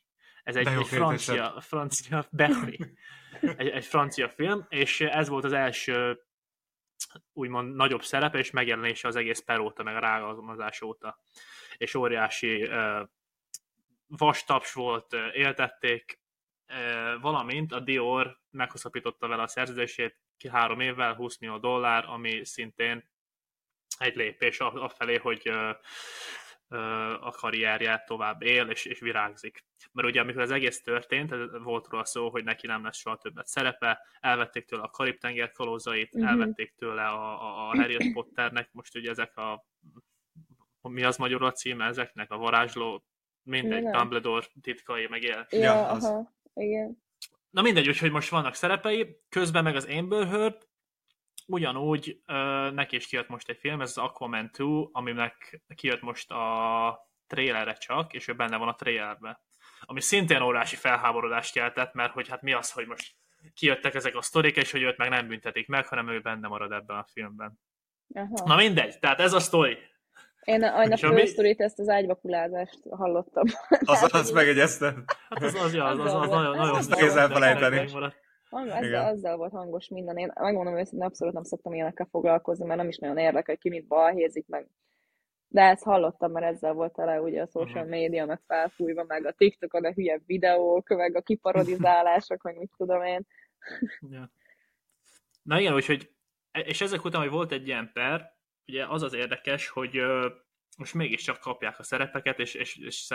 Speaker 2: Ez egy francia Berry. Egy francia film, és ez volt az első úgymond nagyobb szerepe, és megjelenése az egész per óta, meg a rágalmazás óta. És óriási vastaps volt, éltették, valamint a Dior meghosszabbította vele a szerződését 3 évvel, $20 millió, ami szintén egy lépés afelé, hogy a karrierját tovább él, és virágzik. Mert ugye amikor az egész történt, volt róla szó, hogy neki nem lesz soha többet szerepe, elvették tőle a Karib-tenger kalózait, elvették tőle a Harry Potternek, most ugye ezek mi az magyarul a címe ezeknek, a varázsló, mindegy, Dumbledore titkai, meg ilyen.
Speaker 1: Ja, aha, igen.
Speaker 2: Na mindegy, úgyhogy most vannak szerepei, közben meg az Amber Heard, ugyanúgy neki is kijött most egy film, ez az Aquaman 2, aminek kijött most a trailerre csak, és ő benne van a trailerben. Ami szintén óriási felháborodást keltett, mert hogy hát mi az, hogy most kijöttek ezek a sztorik, és hogy őt meg nem büntetik meg, hanem ő benne marad ebben a filmben.
Speaker 1: Aha.
Speaker 2: Na mindegy, tehát ez a sztori.
Speaker 1: Én a fő sztorit, ezt az ágyvakulázást hallottam.
Speaker 4: Az megegyeztem.
Speaker 2: Hát az nagyon
Speaker 4: kézzel felejteni.
Speaker 1: Azzal volt hangos minden. Én megmondom őszintén, abszolút nem szoktam ilyenekkel foglalkozni, mert nem is nagyon érdekel, hogy ki mit balhézik meg. De ezt hallottam, mert ezzel volt tele ugye a social media, meg felfújva, meg a TikTokon a hülye videók, meg a kiparodizálások, meg mit tudom én.
Speaker 2: Ja. Na igen, úgyhogy, és ezek után, hogy volt egy ilyen per, ugye az az érdekes, hogy most mégiscsak kapják a szerepeket, és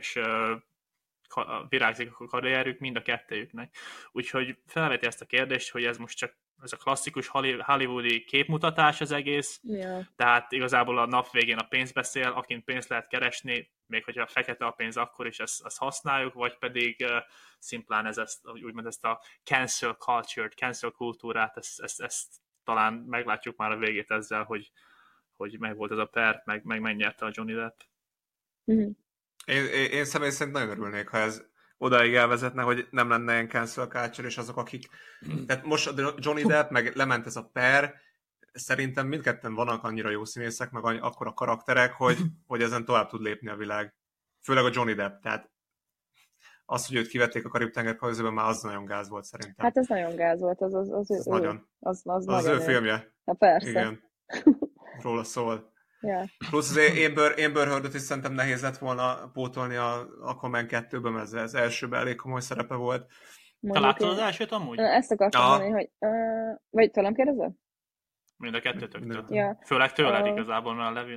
Speaker 2: virágzik a karrierük mind a kettőjüknek. Úgyhogy felveti ezt a kérdést, hogy ez most csak ez a klasszikus hollywoodi képmutatás az egész, tehát igazából a nap végén a pénz beszél, akin pénzt lehet keresni, még hogyha fekete a pénz, akkor is ezt használjuk, vagy pedig szimplán úgymond ezt a cancel culture-t, cancel kultúrát, ezt talán meglátjuk már a végét ezzel, hogy meg volt ez a per, meg megnyerte a Johnny Depp.
Speaker 1: Mm-hmm.
Speaker 4: Én személy szerint nagyon örülnék, ha ez odáig elvezetne, hogy nem lenne ilyen cancel culture, és azok, akik... Tehát most a Johnny Depp, meg lement ez a per, szerintem mindketten vannak annyira jó színészek, meg akkora karakterek, hogy ezen tovább tud lépni a világ. Főleg a Johnny Depp, tehát az, hogy őt kivették a Karib-tenger kalózaiban, már az nagyon gáz volt szerintem.
Speaker 1: Hát ez nagyon gáz volt, az
Speaker 4: nagyon.
Speaker 1: Az
Speaker 4: ő filmje.
Speaker 1: Hát persze.
Speaker 4: Igen. Róla szól.
Speaker 1: Yeah.
Speaker 4: Plusz az Amber Heardot is szerintem nehéz lett volna pótolni a Aquaman 2-ben, mert ez elsőben elég komoly szerepe volt.
Speaker 2: Te láttad az elsőt amúgy?
Speaker 1: Ezt akartam mondani, hogy... Vagy tőlem kérdezel?
Speaker 2: Mind a kettőtöktől.
Speaker 1: Ja.
Speaker 2: Főleg tőled igazából, mert Levi.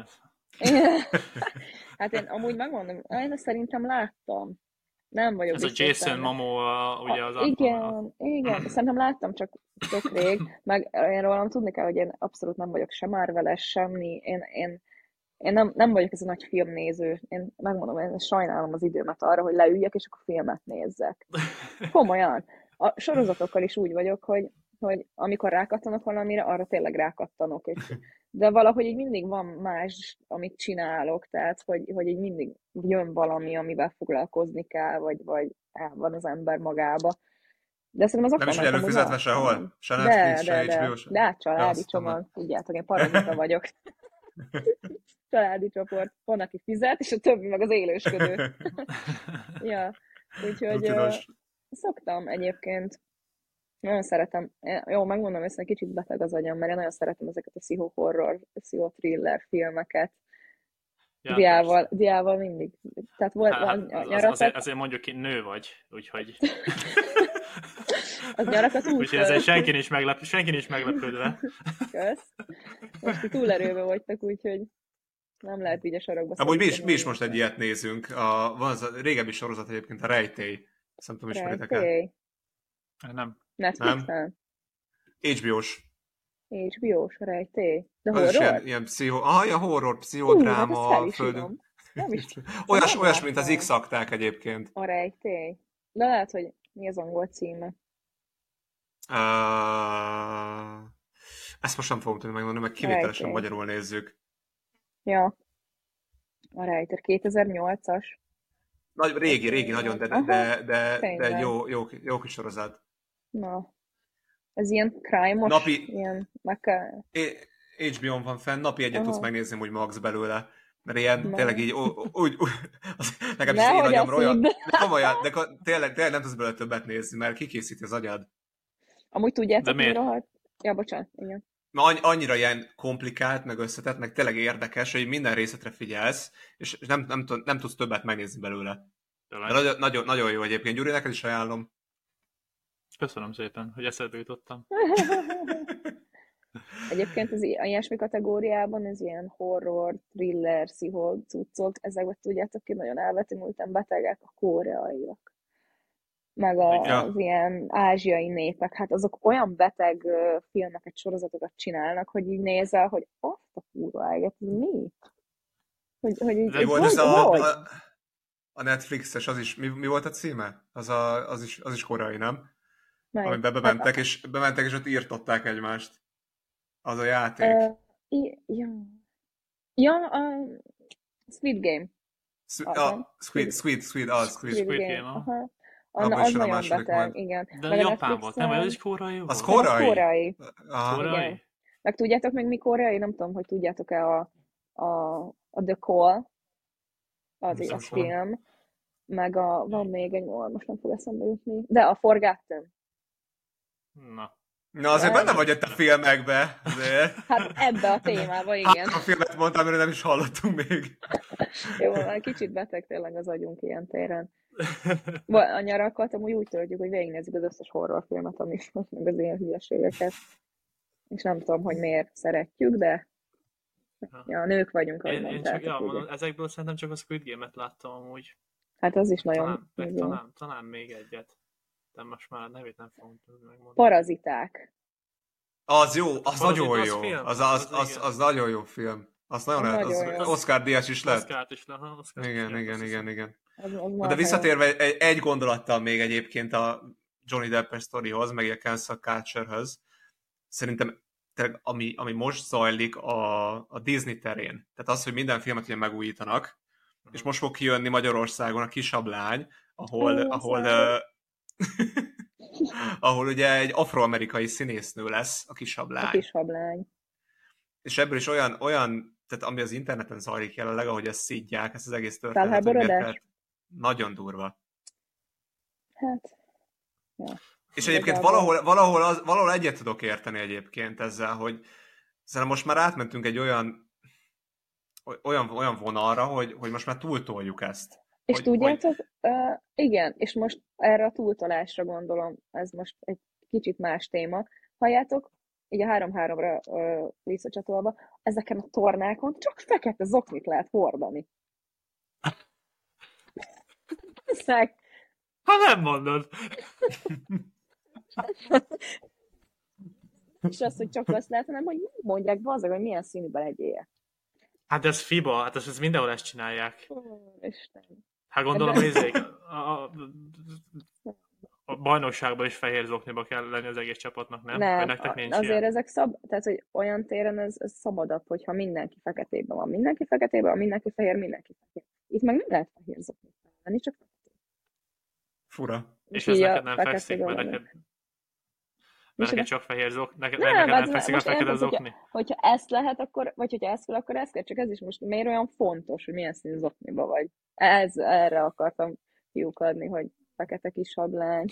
Speaker 1: Hát én amúgy megmondom, én szerintem láttam. Nem vagyok
Speaker 2: ez biztos. Ez a Jason Momoa, ugye az
Speaker 1: Igen, szerintem láttam, csak tök rég, meg én rólam tudni kell, hogy én abszolút nem vagyok sem Marvel-es, semmi, én nem vagyok ez a nagy filmnéző, én megmondom, én sajnálom az időmet arra, hogy leüljek, és akkor filmet nézzek. Komolyan. A sorozatokkal is úgy vagyok, hogy amikor rákattanok valamire, arra tényleg rákattanok, de valahogy így mindig van más, amit csinálok, tehát hogy így mindig jön valami, amivel foglalkozni kell, vagy el van az ember magába. De szerintem az
Speaker 4: nem is ugye előfizetve sehol? Se Netflix, se HBO?
Speaker 1: De hát családi csomag, tudjátok, én parazita vagyok. Családi csoport, van, aki fizet, és a többi meg az élősködő. Ja, úgyhogy szoktam egyébként. Nagyon szeretem, jó, megmondom össze, kicsit beteg az agyam, mert én nagyon szeretem ezeket a pszichohorror, pszichotriller filmeket. Ja, Diával mindig. Tehát volt
Speaker 2: azért mondjuk, hogy nő vagy, úgyhogy...
Speaker 1: Az nyarakat úgy...
Speaker 2: Úgyhogy ezért senki nincs meglepődve.
Speaker 1: Kösz. Most túl erőbe vagytok, úgyhogy nem lehet így a sarokba.
Speaker 4: Amúgy mi is most egy ilyet nézünk. Van az a régebbi sorozat egyébként, a Rejtély. Azt nem tudom, ismeritek el.
Speaker 2: Nem.
Speaker 1: Netflixen?
Speaker 4: HBO-s.
Speaker 1: HBO-s, a Rejtély. De horror?
Speaker 4: Ilyen horror, pszichodráma. Olyas, mint az X-akták egyébként.
Speaker 1: A Rejtély. De lehet, hogy mi az angol címe?
Speaker 4: Ezt most nem fogom tudni megmondani, mert kivételesen magyarul nézzük.
Speaker 1: Ja. A Rejtély 2008-as.
Speaker 4: Régi nagyon, de jó kis sorozat.
Speaker 1: Na. Ez ilyen crime-os? Ilyen
Speaker 4: HBO-n van fenn, napi egyet tudsz megnézni, hogy max belőle. Mert ilyen tényleg így úgy nekem is az én
Speaker 1: Nehogy
Speaker 4: agyamra olyan,
Speaker 1: eszid.
Speaker 4: de komolyan, de tényleg nem tudsz belőle többet nézni, mert kikészíti az agyad.
Speaker 1: Amúgy tudjátok,
Speaker 2: De miért?
Speaker 1: mi rohadt? Ja, bocsánat, igen.
Speaker 4: Annyira ilyen komplikált, meg összetett, meg tényleg érdekes, hogy minden részletre figyelsz, és nem tudsz többet megnézni belőle. De nagyon jó egyébként. Gyuri, neked is ajánlom.
Speaker 2: Köszönöm szépen, hogy eszedbe jutottam.
Speaker 1: Egyébként az ilyesmi kategóriában, ez ilyen horror, thriller, pszichol cuccok, ezekben tudjátok ki, nagyon elvetemülten betegek a koreaiak. Meg az ilyen ázsiai népek, hát azok olyan beteg filmeket, sorozatokat csinálnak, hogy így nézel, hogy azt a kurva eget, ez mi? Hogy
Speaker 4: mi volt ez a Netflixes, az is, mi volt a címe? Az is koreai, nem? Amiben bementek, és ott írtották egymást. Az a játék.
Speaker 1: Squid Game.
Speaker 4: Squid
Speaker 2: Game.
Speaker 1: Aha. Az nagyon beteg, igen.
Speaker 2: De Japán volt, nem? Ez is koreai volt?
Speaker 4: Az koreai?
Speaker 2: Koreai?
Speaker 1: Meg tudjátok még mi koreai? Nem tudom, hogy tudjátok-e a The Call, az film, meg van még egy, most nem fog eszembe jutni, de a Forgotten.
Speaker 2: Na,
Speaker 4: azért benne vagy ott a filmekbe. Azért.
Speaker 1: Hát ebbe a témába, igen.
Speaker 4: A filmet mondtam, amiről nem is hallottunk még.
Speaker 1: Jó, kicsit beteg tényleg az agyunk ilyen téren. A nyarakat amúgy úgy töltjük, hogy végignézzük az összes horrorfilmet, amit meg az ilyen hülyeségeket. És nem tudom, hogy miért szeretjük, de ja, nők vagyunk, ahogy mondtátok.
Speaker 2: Ezekből szerintem csak a Squid Game-et láttam amúgy.
Speaker 1: Hát az is nagyon...
Speaker 2: Talán még egyet. De most már a nevét nem fogom megmondani.
Speaker 1: Paraziták.
Speaker 4: Az jó, az nagyon jó. Az nagyon jó film. Az Oscar-díjas is lett. Igen. De visszatérve egy gondolattal még egyébként a Johnny Depp-es sztorihoz, meg a cancel culture-höz, szerintem ami most zajlik a Disney terén, tehát az, hogy minden filmet ugye megújítanak, és most fog kijönni Magyarországon a Kisabb lány, ahol ugye egy afroamerikai színésznő lesz a Kisabb lány.
Speaker 1: A Kisabb lány.
Speaker 4: És ebből is olyan, tehát ami az interneten zajlik jelenleg, ahogy ezt szidják, ezt az egész történetet. Nagyon durva.
Speaker 1: Hát, ja.
Speaker 4: És egyébként valahol egyet tudok érteni egyébként ezzel, hogy szerintem most már átmentünk egy olyan vonalra, hogy most már túltoljuk ezt.
Speaker 1: És tudjátok, igen, és most erre a túltolásra gondolom, ez most egy kicsit más téma. Halljátok, így a 3-3-ra visszacsatolva, ezeken a tornákon csak fekete zoknit lehet hordani.
Speaker 2: Ha nem mondod.
Speaker 1: És az, hogy csak azt lehet, hanem, hogy mondják bazzag, hogy milyen színűben legyél.
Speaker 2: Hát ez FIBA, hát ez mindenhol ezt csinálják.
Speaker 1: Isten.
Speaker 2: Hát gondolom, hogy a bajnokságban is fehér zokniba kell lenni az egész csapatnak, nem?
Speaker 1: Nem, azért ilyen? Ezek tehát, hogy olyan téren ez szabadabb, hogyha mindenki feketében van. Mindenki feketében, mindenki fehér. Itt meg nem lehet fehér zoknit lenni, csak feketében.
Speaker 4: Fura.
Speaker 2: És ez neked nem fekszik, mert neked csak fehér zokni, neked nem fekszik a fekete zokni.
Speaker 1: Hogyha ezt lehet, akkor, vagy hogyha ezt kell, akkor ezt kell, csak ez is most miért olyan fontos, hogy milyen színű zokniba vagy. Erre akartam kiukadni, hogy fekete kis hablány.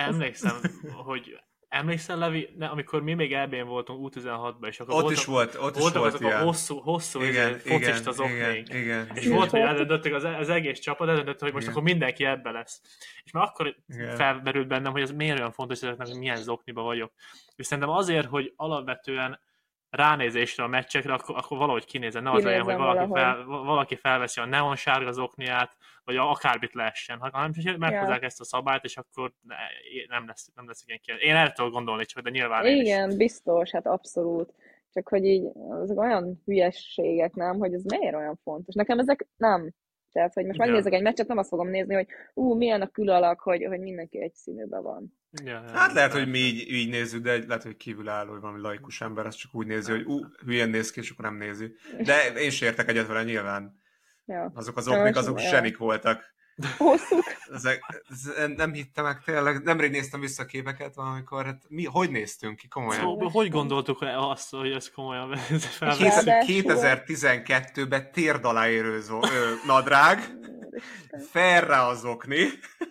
Speaker 2: Emlékszel, Levi, amikor mi még EB-n voltunk U16-ban, és akkor
Speaker 4: voltak
Speaker 2: azok a hosszú focista zoknék. És volt, hogy eldöntötték az egész csapat, eldöntötte, hogy most akkor mindenki ebbe lesz. És már akkor felmerült bennem, hogy ez miért olyan fontos, hogy milyen zokniba vagyok. És szerintem azért, hogy alapvetően ránézésre a meccsekre, akkor valahogy kinézzen. Ne az olyan, hogy valaki felveszi a neonsárga zokniát, vagy akármit lehessen. Hanem meghozzák ezt a szabályt, és akkor nem lesz ilyen kérdés. Én el tudok gondolni, csak de nyilván
Speaker 1: igen, biztos, hát abszolút. Csak hogy így, azok olyan hülyességek, nem, hogy ez miért olyan fontos. Nekem ezek nem. Tehát, hogy most megnézek egy meccset, nem azt fogom nézni, hogy milyen a külalak, hogy mindenki egy színűben van.
Speaker 4: Hát lehet, hogy mi így nézzük, de lehet, hogy kívülálló, hogy valami laikus ember, az csak úgy nézi, hogy hülyen néz ki, és akkor nem nézi. De én sem értek egyet vele nyilván. Ja. Azok az oknik, azok zsenik voltak.
Speaker 1: Hosszúk.
Speaker 4: Nem hittem meg tényleg, nemrég néztem vissza a képeket valamikor, hát hogy néztünk ki komolyan?
Speaker 2: Szóval, hogy gondoltuk azt, hogy ez komolyan
Speaker 1: Ráadásul-
Speaker 4: 2012-ben térd alá érő nadrág, felre az okni,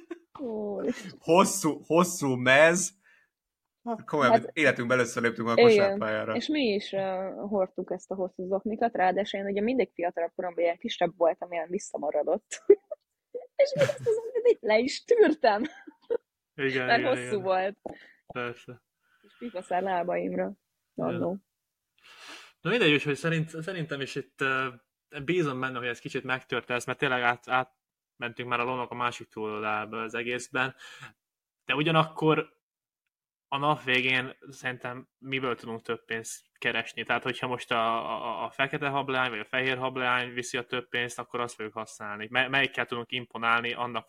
Speaker 4: hosszú mez, komolyan,
Speaker 1: Hát-
Speaker 4: életünkben először léptünk a
Speaker 1: Igen,
Speaker 4: kosárpályára.
Speaker 1: és mi is hordtuk ezt a hosszú zoknikat, ráadásul én ugye mindig fiatalabb koromban ilyen kisebb voltam, ilyen visszamaradott. És még ezt az zoknit le is tűrtem,
Speaker 2: Igen,
Speaker 1: mert
Speaker 2: igen,
Speaker 1: hosszú
Speaker 2: igen.
Speaker 1: volt.
Speaker 2: Persze.
Speaker 1: És pipaszár lábaimra. Annó.
Speaker 2: Na mindegy, úgyhogy szerintem is itt bízom benne, hogy ez kicsit megtörte ezt, mert tényleg átmentünk már a lónak a másik túloldalába az egészben, de ugyanakkor a nap végén szerintem miből tudunk több pénzt keresni. Tehát, hogyha most a fekete hableány, vagy a fehér hableány viszi a több pénzt, akkor azt fogjuk használni. Melyikkel tudunk imponálni annak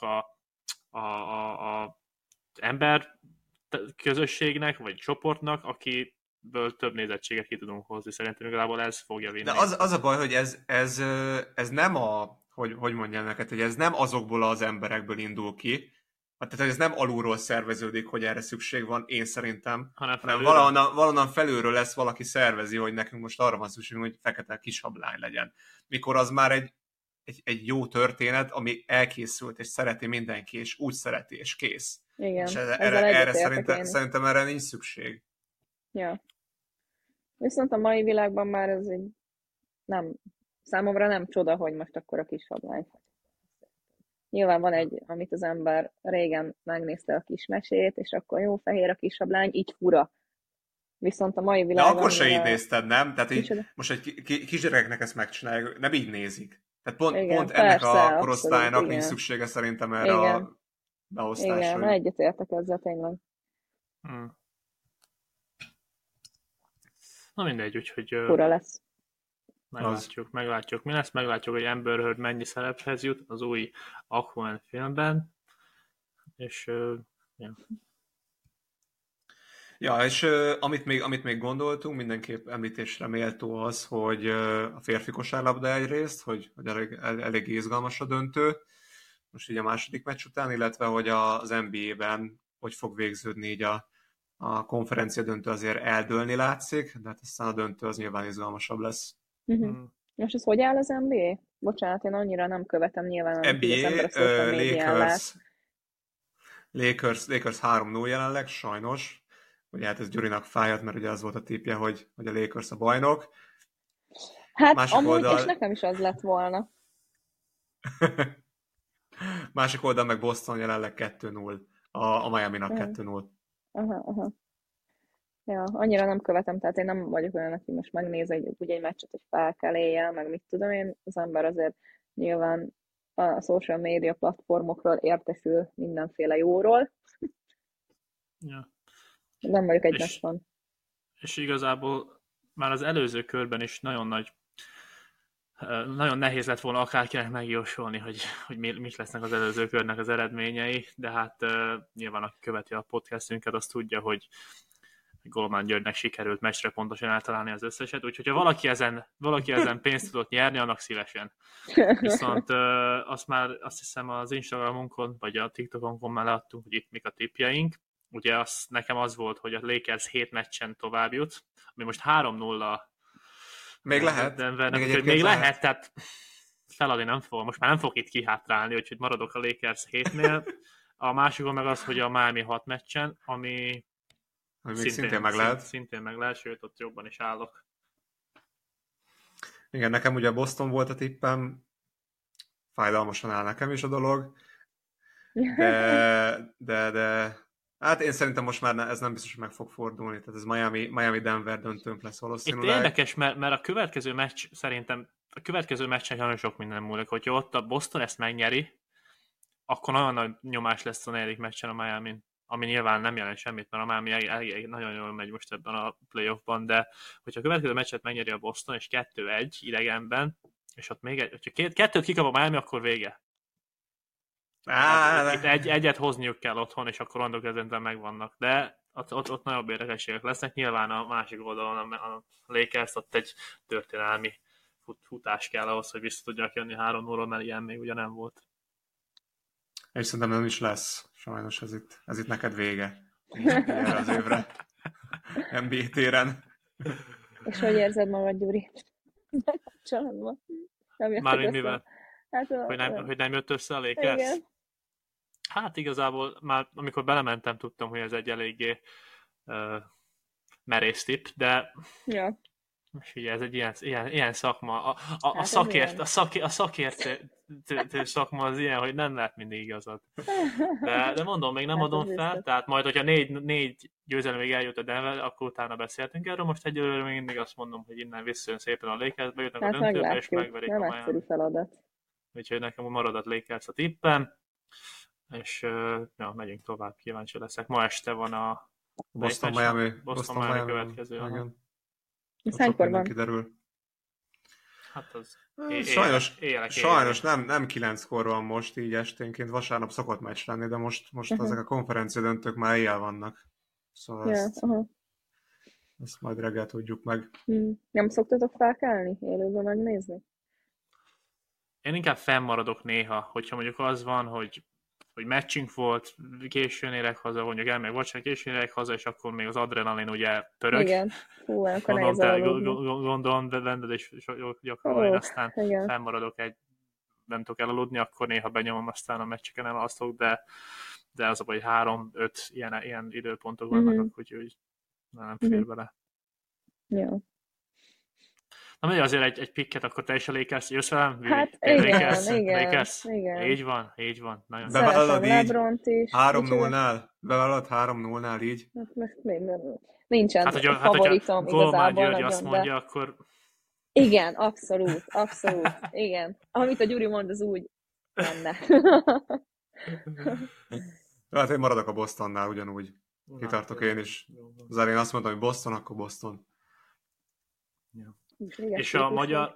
Speaker 2: a ember közösségnek, vagy csoportnak, akiből több nézettséget ki tudunk hozni. Szerintem igazából ez fogja vinni.
Speaker 4: De az a baj, hogy ez nem hogy mondjam neked, hogy ez nem azokból az emberekből indul ki, tehát ez nem alulról szerveződik, hogy erre szükség van, én szerintem, hanem valahonnan felülről lesz valaki szervezi, hogy nekünk most arra van szükségünk, hogy fekete kishablány legyen. Mikor az már egy jó történet, ami elkészült, és szereti mindenki, és úgy szereti, és kész.
Speaker 1: Igen,
Speaker 4: És
Speaker 1: ezzel
Speaker 4: erre
Speaker 1: egyetértek
Speaker 4: szerintem erre nincs szükség.
Speaker 1: Ja. Viszont a mai világban már ez egy számomra nem csoda, hogy most akkor a kis hablány. Nyilván van egy, amit az ember régen megnézte a kis mesét, és akkor jó, fehér a kis hablány, így fura. Viszont a mai világban...
Speaker 4: De akkor se így nézted, nem? Tehát
Speaker 1: Micsoda?
Speaker 4: most egy kisgyereknek ezt megcsinálják, nem így nézik. Tehát
Speaker 1: Igen,
Speaker 4: pont ennek
Speaker 1: persze,
Speaker 4: a korosztálynak
Speaker 1: abszolút,
Speaker 4: nincs
Speaker 1: igen.
Speaker 4: szüksége szerintem erre
Speaker 1: Igen.
Speaker 4: a beosztásra.
Speaker 1: Igen, egyetértek ezzel tényleg.
Speaker 2: Na mindegy, úgyhogy
Speaker 1: Fura lesz.
Speaker 2: meglátjuk, mi lesz, meglátjuk, hogy Amber Heard mennyi szerephez jut az új Aquaman filmben, és
Speaker 4: Ja, és amit még gondoltunk, mindenképp említésre méltó az, hogy a férfi kosárlabda egyrészt, hogy elég izgalmas a döntő, most így a második meccs után, illetve hogy az NBA-ben hogy fog végződni így a konferencia döntő azért eldőlni látszik, de hát aztán a döntő az nyilván izgalmasabb lesz.
Speaker 1: Most ez hogy áll az NBA? Bocsánat, én annyira nem követem nyilván.
Speaker 4: NBA, Lakers 3-0 jelenleg, sajnos. Ugye hát ez Gyurinak fájhat, mert ugye az volt a tippje, hogy a Lakers a bajnok.
Speaker 1: Hát
Speaker 4: Másik
Speaker 1: amúgy,
Speaker 4: oldal...
Speaker 1: és nekem is az lett volna.
Speaker 4: Másik oldal meg Boston jelenleg 2-0. A Miami-nak 2-0.
Speaker 1: Aha. Ja, annyira nem követem, tehát én nem vagyok olyan, aki most megnéz egy meccset, hogy fel kell éjjel, meg mit tudom én. Az ember azért nyilván a social media platformokról értesül mindenféle jóról.
Speaker 2: Ja.
Speaker 1: Nem vagyok egy nagy fan.
Speaker 2: És igazából már az előző körben is nagyon nehéz lett volna akárkinek megjósolni, hogy mik lesznek az előző körnek az eredményei, de hát nyilván aki követi a podcastünket, az tudja, hogy Golomán Györgynek sikerült meccsre pontosan eltalálni az összeset, úgyhogy ha valaki ezen pénzt tudott nyerni, annak szívesen. Viszont azt hiszem az Instagramunkon, vagy a TikTokonkon már leadtunk, hogy itt mik a tippjeink. Ugye nekem az volt, hogy a Lakers 7 meccsen tovább jut, ami most 3-0
Speaker 4: még lehet.
Speaker 2: Denvernek, még lehet, tehát feladni nem fog. Most már nem fog itt kihátrálni, úgyhogy maradok a Lakers 7-nél. A másikon meg az, hogy a Miami 6 meccsen, ami
Speaker 4: szintén meg lehet.
Speaker 2: Szintén meg lehet, sőt, ott jobban is állok.
Speaker 4: Igen, nekem ugye Boston volt a tippem, fájdalmasan áll nekem is a dolog, de hát én szerintem most már ez nem biztos, hogy meg fog fordulni, tehát ez Miami-Denver döntőnk lesz valószínűleg.
Speaker 2: Itt érdekes, mert a következő meccs szerintem, a következő meccsen nagyon sok minden múlik, hogyha ott a Boston ezt megnyeri, akkor nagyon nagy nyomás lesz a negyedik meccsen a Miamin, ami nyilván nem jelent semmit, mert a Miami nagyon jól megy most ebben a playoffban, de hogyha a következő meccset megnyeri a Boston, és 2-1 idegenben, és ott még hogyha kettőt kikap a Miami, akkor vége. Itt egyet hozniuk kell otthon, és akkor onnantól kezdve megvannak. De ott nagyobb érdekességek lesznek. Nyilván a másik oldalon a Lakers ott egy történelmi futás kell ahhoz, hogy vissza tudják jönni 3-0-ról, mert ilyen még ugye nem volt.
Speaker 4: És szerintem nem is lesz. Sajnos ez itt neked vége. Erre az évre. NBA téren.
Speaker 1: És hogy érzed magad, Gyuri? Családban. Nem jöttek
Speaker 2: Mármint
Speaker 1: össze?
Speaker 2: mivel?
Speaker 1: Hát,
Speaker 2: Hogy nem jött össze a Lakers?
Speaker 1: igen.
Speaker 2: Hát igazából már amikor belementem, tudtam, hogy ez egy eléggé merész tipp, de
Speaker 1: Ja.
Speaker 2: és ugye ez egy ilyen szakma. A
Speaker 1: Hát
Speaker 2: szakértő szakma az ilyen, hogy nem lehet mindig igazad. De mondom, még nem
Speaker 1: Hát
Speaker 2: adom
Speaker 1: ez
Speaker 2: fel,
Speaker 1: biztos.
Speaker 2: tehát majd, hogyha négy győzelemig eljut a Denver, akkor utána beszéltünk erről. Most egyelőre még mindig azt mondom, hogy innen visszajön szépen a Lakers, bejutnak
Speaker 1: Hát
Speaker 2: a döntőbe, és
Speaker 1: meglátjuk.
Speaker 2: megverik
Speaker 1: Nem
Speaker 2: a
Speaker 1: egyszerű
Speaker 2: Miami.
Speaker 1: feladat.
Speaker 2: Úgyhogy nekem maradott Lakers a tippem, és megyünk tovább, kíváncsi leszek. Ma este van a
Speaker 4: Boston Miami
Speaker 2: következő.
Speaker 4: Igen.
Speaker 1: Ez hánykor van?
Speaker 4: Kiderül.
Speaker 2: Hát az
Speaker 4: Sajnos nem 9-kor van most, így esténként, vasárnap szokott meccs lenni, de most ezek a konferencia döntők már éjjel vannak. Szóval ezt majd reggel tudjuk meg.
Speaker 1: Nem szoktatok felkelni, élőben megnézni?
Speaker 2: Én inkább fennmaradok néha, hogyha mondjuk az van, hogy meccsünk volt, későn érek haza, mondjuk elmegy vacsán, későn érek haza, és akkor még az adrenalin ugye pörög.
Speaker 1: Igen. Hú, akkor nehéz aludni.
Speaker 2: Gondolom, benned is gyakran, én aztán
Speaker 1: igen.
Speaker 2: fennmaradok nem tudok elaludni, akkor néha benyomom, aztán a meccseken elalszok, de az a baj, 3-5 ilyen időpontok vannak, úgyhogy nem fér bele.
Speaker 1: Ja.
Speaker 2: Na megy azért egy pikket, akkor te is a Lakers, jössz velem?
Speaker 1: Hát igen.
Speaker 2: Így van. Nagyon
Speaker 4: Bevállalod így?
Speaker 1: LeBront is.
Speaker 4: 3-0-nál? Bevállalod 3-0-nál így?
Speaker 1: Hát most nincsen
Speaker 2: hát,
Speaker 1: favoritom igazából
Speaker 2: nagyon, azt mondja, akkor...
Speaker 1: Igen, abszolút. Igen. Amit a Gyuri mond, az úgy lenne.
Speaker 4: Hát én maradok a Bostonnál ugyanúgy. Kitartok én is. Az elején azt mondtam, hogy Boston, akkor Boston.
Speaker 2: Ja. És a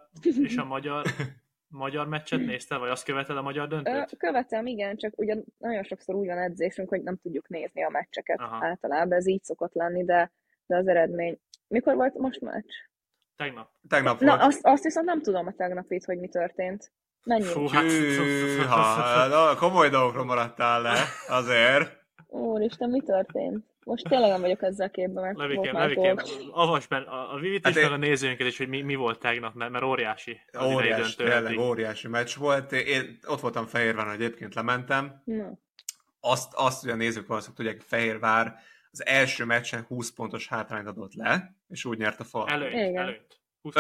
Speaker 2: magyar meccset nézted, vagy azt követed a magyar döntőt?
Speaker 1: Követem, igen, csak ugyan nagyon sokszor úgy van edzésünk, hogy nem tudjuk nézni a meccseket. Általában ez így szokott lenni, de az eredmény... Mikor volt most meccs?
Speaker 2: Tegnap
Speaker 1: volt. Na, azt viszont nem tudom a tegnapit, hogy mi történt. Menjünk.
Speaker 2: Fú,
Speaker 4: komoly dolgokról maradtál le, azért.
Speaker 1: Úristen, mi történt? Most tényleg nem vagyok ezzel képben, mert
Speaker 2: Levikém, avasd be a Vivit is, meg a nézőnket is, hogy mi volt tegnap, mert óriási az idei döntő.
Speaker 4: Tényleg óriási meccs volt. Én ott voltam Fehérváron, egyébként lementem. Azt ugye nézők valószínűleg tudják, hogy Fehérvár az első meccsen 20 pontos hátrányt adott le, és úgy nyert a Falkó.
Speaker 2: Előnyt.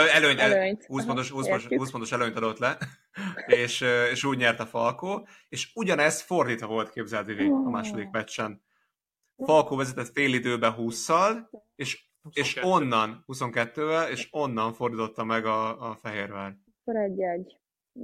Speaker 4: 20 pontos előnyt adott le, és úgy nyert a Falkó, és ugyanez fordítva volt, képzeld, Vivi, a második meccsen. Falkó vezetett fél időben 20-szal, és onnan 22-vel, és onnan fordította meg a Fehérvár.
Speaker 1: Akkor egy.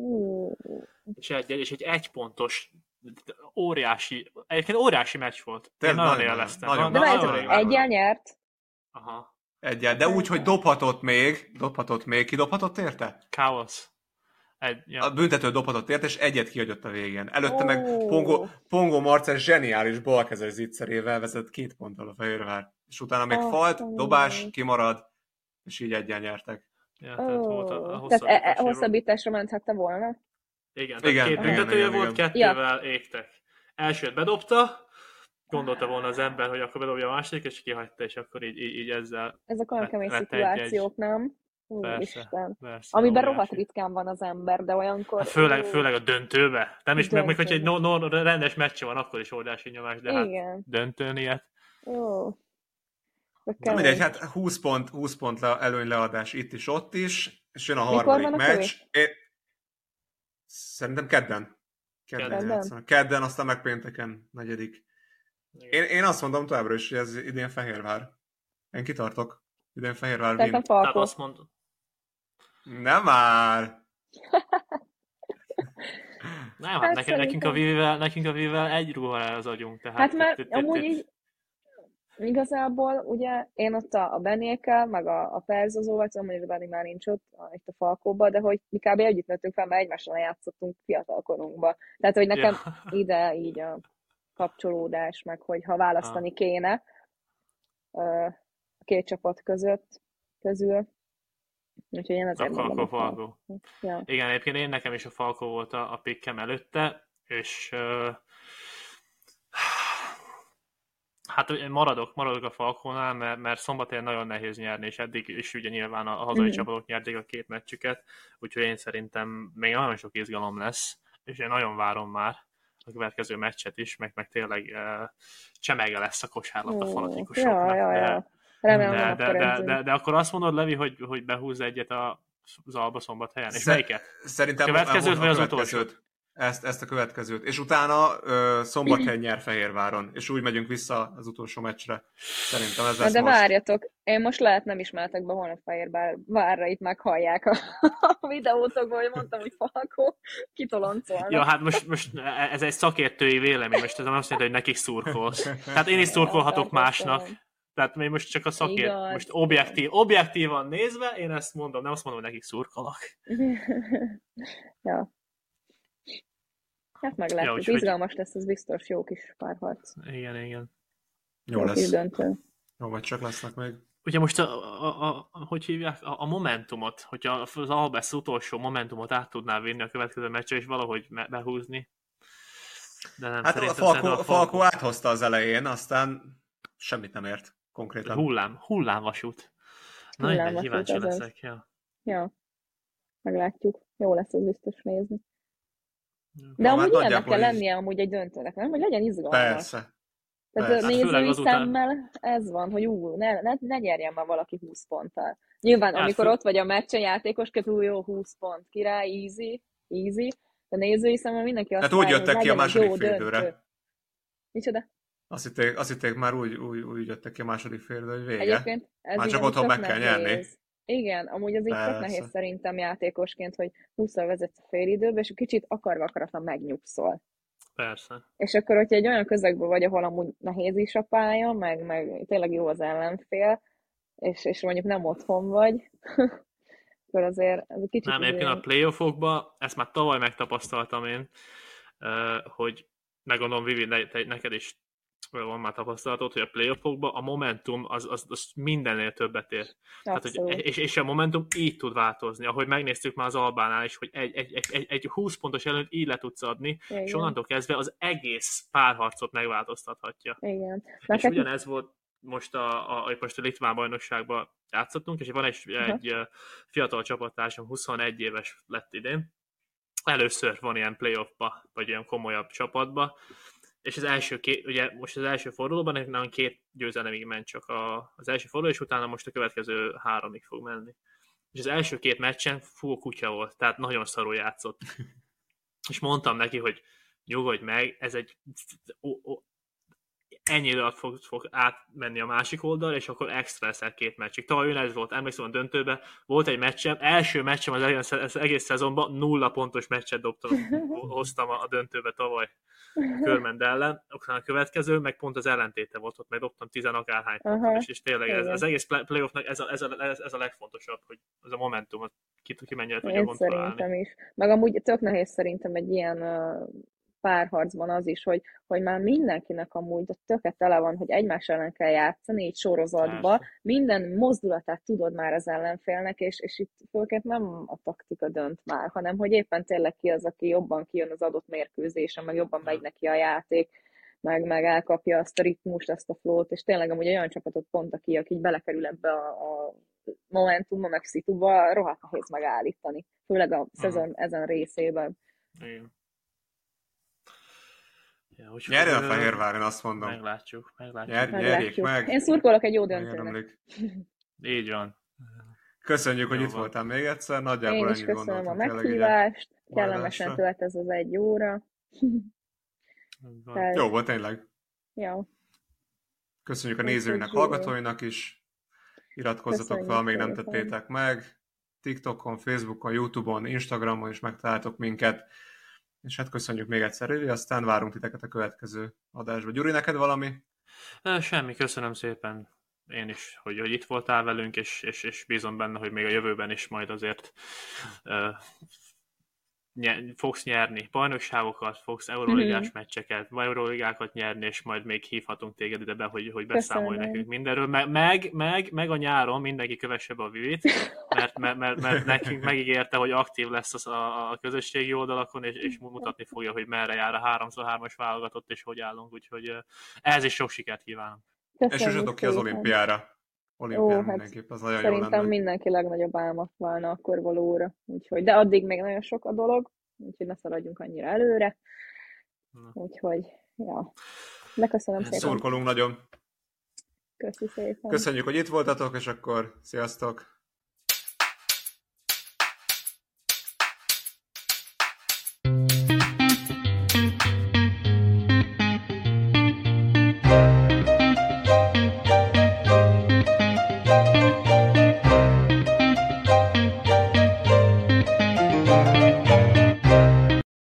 Speaker 2: És egy egypontos, egyébként óriási meccs volt. Én nagyon élveztem.
Speaker 1: De egyen nyert.
Speaker 2: Aha.
Speaker 4: De úgy, hogy dobhatott még. Ki dobhatott érte?
Speaker 2: Chaos.
Speaker 4: A büntető dobhatott érte, és egyet kihagyott a végén. Előtte meg Pongo Marcel zseniális balkezes zicserével vezet 2 ponttal a Fehérvár. És utána még falt, dobás, kimarad, és így egyen nyertek.
Speaker 2: Ja, tehát
Speaker 1: tehát hosszabbításra menthette volna?
Speaker 2: Igen, 2 büntetője volt, 2-vel égtek. Elsőt bedobta, gondolta volna az ember, hogy akkor bedobja a második, és kihagyta, és akkor így ezzel...
Speaker 1: Ezek olyan kemény szituációk, nem?
Speaker 2: Persze.
Speaker 1: Amiben rohadt ritkán van az ember, de olyankor...
Speaker 2: Hát főleg a döntőbe. Nem is meg, hogyha egy rendes meccse van, akkor is óriási nyomás, de hát döntőn ilyet.
Speaker 4: Na mindegy, hát 20 pont előny leadás itt is, ott is, és jön a harmadik meccs. Szerintem kedden, aztán meg pénteken 4. Én azt mondom továbbra is, hogy ez idén Fehérvár. Én kitartok. Idén Fehérvár win.
Speaker 2: Tehát azt mondom.
Speaker 4: Nem már!
Speaker 2: Nem, hát nekünk a Vivivel egy ruhára az agyunk. Tehát
Speaker 1: hát mert amúgy így igazából, ugye, én ott a Benékkel, meg a Perzozóval, tudom, hogy a Benni már nincs ott, itt a Falkóban, de hogy mi kb. Együtt nőttünk fel, mert egymással játszottunk fiatal korunkban. Tehát, hogy nekem ide így a kapcsolódás, meg hogy ha választani kéne a 2 csapat közül. Úgyhogy én azért
Speaker 2: mondom a Falkó. Ja. Igen, egyébként nekem is a Falkó volt a pikkem előtte, és Hát maradok a Falcónál, mert szombathelyen nagyon nehéz nyerni, és eddig is ugye nyilván a hazai csapatok nyerték a 2 meccsüket, úgyhogy én szerintem még nagyon sok izgalom lesz, és én nagyon várom már a következő meccset is, meg tényleg csemege lesz a kosárlabda fanatikusoknak.
Speaker 1: Ja. Remélem,
Speaker 2: de akkor azt mondod, Levi, hogy behúzz egyet az Alba Szombathelyen? És melyiket?
Speaker 4: Szerintem
Speaker 2: a következőt vagy az utolsót?
Speaker 4: Ezt a következőt. És utána Szombathely nyer Fehérváron, és úgy megyünk vissza az utolsó meccsre. Szerintem ez lesz
Speaker 1: de
Speaker 4: most.
Speaker 1: Várjatok, én most lehet nem is mehetek be, holnap Fehérvárra itt meghallják a videótokban, hogy mondtam, hogy Falkó kitoloncolnak.
Speaker 2: Ja, hát most ez egy szakértői vélemény, most ez nem azt jelenti, hogy nekik szurkolsz. Tehát én is szurkolhatok másnak. Tehát még most csak a szakért, most objektívan nézve, én ezt mondom, nem azt mondom, hogy nekik szurkolok.
Speaker 1: Ja. Hát meglátjuk. Ja, izgalmas lesz, ez biztos jó kis párharc.
Speaker 2: Igen.
Speaker 4: Jó lesz. Döntő. Jó meccsek lesznek még.
Speaker 2: Ugye most hogy hívják, a momentumot, hogyha az Albesz utolsó momentumot át tudná vinni a következő meccsre, és valahogy behúzni. De nem,
Speaker 4: hát a Falkó áthozta az elején, aztán semmit nem ért konkrétan.
Speaker 2: Hullámvasút. Na, mindegy, kíváncsi leszek.
Speaker 1: Ja, meglátjuk. Jó lesz ez biztos nézni. De amúgy ilyennek kell lennie amúgy egy döntőnek, nem? Hogy legyen izgalmas.
Speaker 4: Persze.
Speaker 1: Tehát nézői szemmel ez van, hogy ne nyerjen már valaki 20 ponttal. Nyilván, amikor ott vagy a meccsen játékosként, jó, 20 pont, király, easy, de nézői szemmel mindenki azt
Speaker 4: mondja, hogy úgy jöttek ki a második félidőre.
Speaker 1: Micsoda?
Speaker 4: Azt hitték már úgy jöttek ki a második félidőre, hogy vége.
Speaker 1: Egyébként ez
Speaker 4: már csak otthon meg kell nyerni.
Speaker 1: Igen, amúgy az így tök nehéz szerintem játékosként, hogy 20-szal vezetsz a félidőbe, és kicsit akaratlan megnyugszol.
Speaker 2: Persze.
Speaker 1: És akkor, hogyha egy olyan közegben vagy, ahol amúgy nehéz is a pálya, meg tényleg jó az ellenfél, és mondjuk nem otthon vagy, akkor azért ez egy kicsit...
Speaker 2: Nem, egyébként a playoffokban, ezt már tavaly megtapasztaltam én, hogy meggondolom, Vivi, neked is van már tapasztalatod, hogy a playoffokban a momentum az mindennél többet ér. Tehát, hogy, és a momentum így tud változni, ahogy megnéztük már az Albánál is, hogy egy 20 pontos előnyt így le tudsz adni, igen. És onnantól kezdve az egész párharcot megváltoztathatja.
Speaker 1: Igen.
Speaker 2: És ugyanez volt most most a Litván bajnokságban játszottunk, és van egy fiatal csapattársam, 21 éves lett idén. Először van ilyen playoffba, vagy ilyen komolyabb csapatba, és az első fordulóban nagyon 2 győzelemig ment csak az első forduló, és utána most a következő 3-ig fog menni. És az első 2 meccsen full kutya volt, tehát nagyon szarul játszott. És mondtam neki, hogy nyugodj meg, ez egy ennyi idő alatt fog átmenni a másik oldal, és akkor extra leszel 2 meccsig. Tavaly ez volt, emlékszem a döntőben, volt egy meccsem, első meccsem az egész szezonban 0 pontos meccset hoztam a döntőbe tavaly Körmend ellen, utána a következő, meg pont az ellentéte volt, ott meg dobtam 10 akárhány pontot, és tényleg az egész playoffnak ez a legfontosabb, hogy ez a momentum, ki mennyire tudja kontrollálni.
Speaker 1: Szerintem is. Meg amúgy tök nehéz szerintem egy ilyen párharcban az is, hogy már mindenkinek amúgy a töke tele van, hogy egymás ellen kell játszani, így sorozatba, persze. Minden mozdulatát tudod már az ellenfélnek, és itt főként nem a taktika dönt már, hanem hogy éppen tényleg ki az, aki jobban kijön az adott mérkőzésen, meg jobban megy neki a játék, meg elkapja azt a ritmust, azt a flót, és tényleg amúgy olyan csapatot pont aki így belekerül ebbe a momentumba, meg szituba, rohadt nehéz megállítani, főleg a szezon ezen részében.
Speaker 2: Igen. Ja,
Speaker 4: nyerjen a Fehérvár, én azt mondom.
Speaker 2: Meglátjuk.
Speaker 4: Nyerjék meg.
Speaker 1: Én szurkolok egy jó döntőnek.
Speaker 2: Így van.
Speaker 4: Köszönjük, hogy itt voltál még egyszer. Nagyjából
Speaker 1: én is köszönöm a meghívást. Kellemesen tölt ez az 1 óra.
Speaker 4: Jó volt tényleg.
Speaker 1: Jó.
Speaker 4: Köszönjük a nézőinek, hallgatóinak is. Iratkozzatok fel, még nem tettétek meg. TikTokon, Facebookon, YouTube-on, Instagramon is megtaláltok minket. És hát köszönjük még egyszer, Rivi, aztán várunk titeket a következő adásba. Gyuri, neked valami?
Speaker 2: Semmi, köszönöm szépen én is, hogy itt voltál velünk, és bízom benne, hogy még a jövőben is majd azért fogsz nyerni bajnokságokat, fogsz euróligás meccseket, vagy euróligákat nyerni, és majd még hívhatunk téged ide be, hogy beszámolj nekünk mindenről. Meg a nyáron mindenki kövesse be a Vivit, mert nekünk megígérte, hogy aktív lesz a közösségi oldalakon, és mutatni fogja, hogy merre jár a 3x3-as válogatott, és hogy állunk. Úgyhogy ehhez is sok sikert kívánok.
Speaker 4: És jussatok ki az olimpiára. Olimpián mindenképp, az nagyon jó lenne.
Speaker 1: Szerintem mindenki legnagyobb álma válna akkor valóra. Úgyhogy, de addig még nagyon sok a dolog, úgyhogy ne szaladjunk annyira előre. Úgyhogy, ja. De köszönöm szépen.
Speaker 4: Szurkolunk nagyon.
Speaker 1: Köszi szépen.
Speaker 4: Köszönjük, hogy itt voltatok, és akkor sziasztok!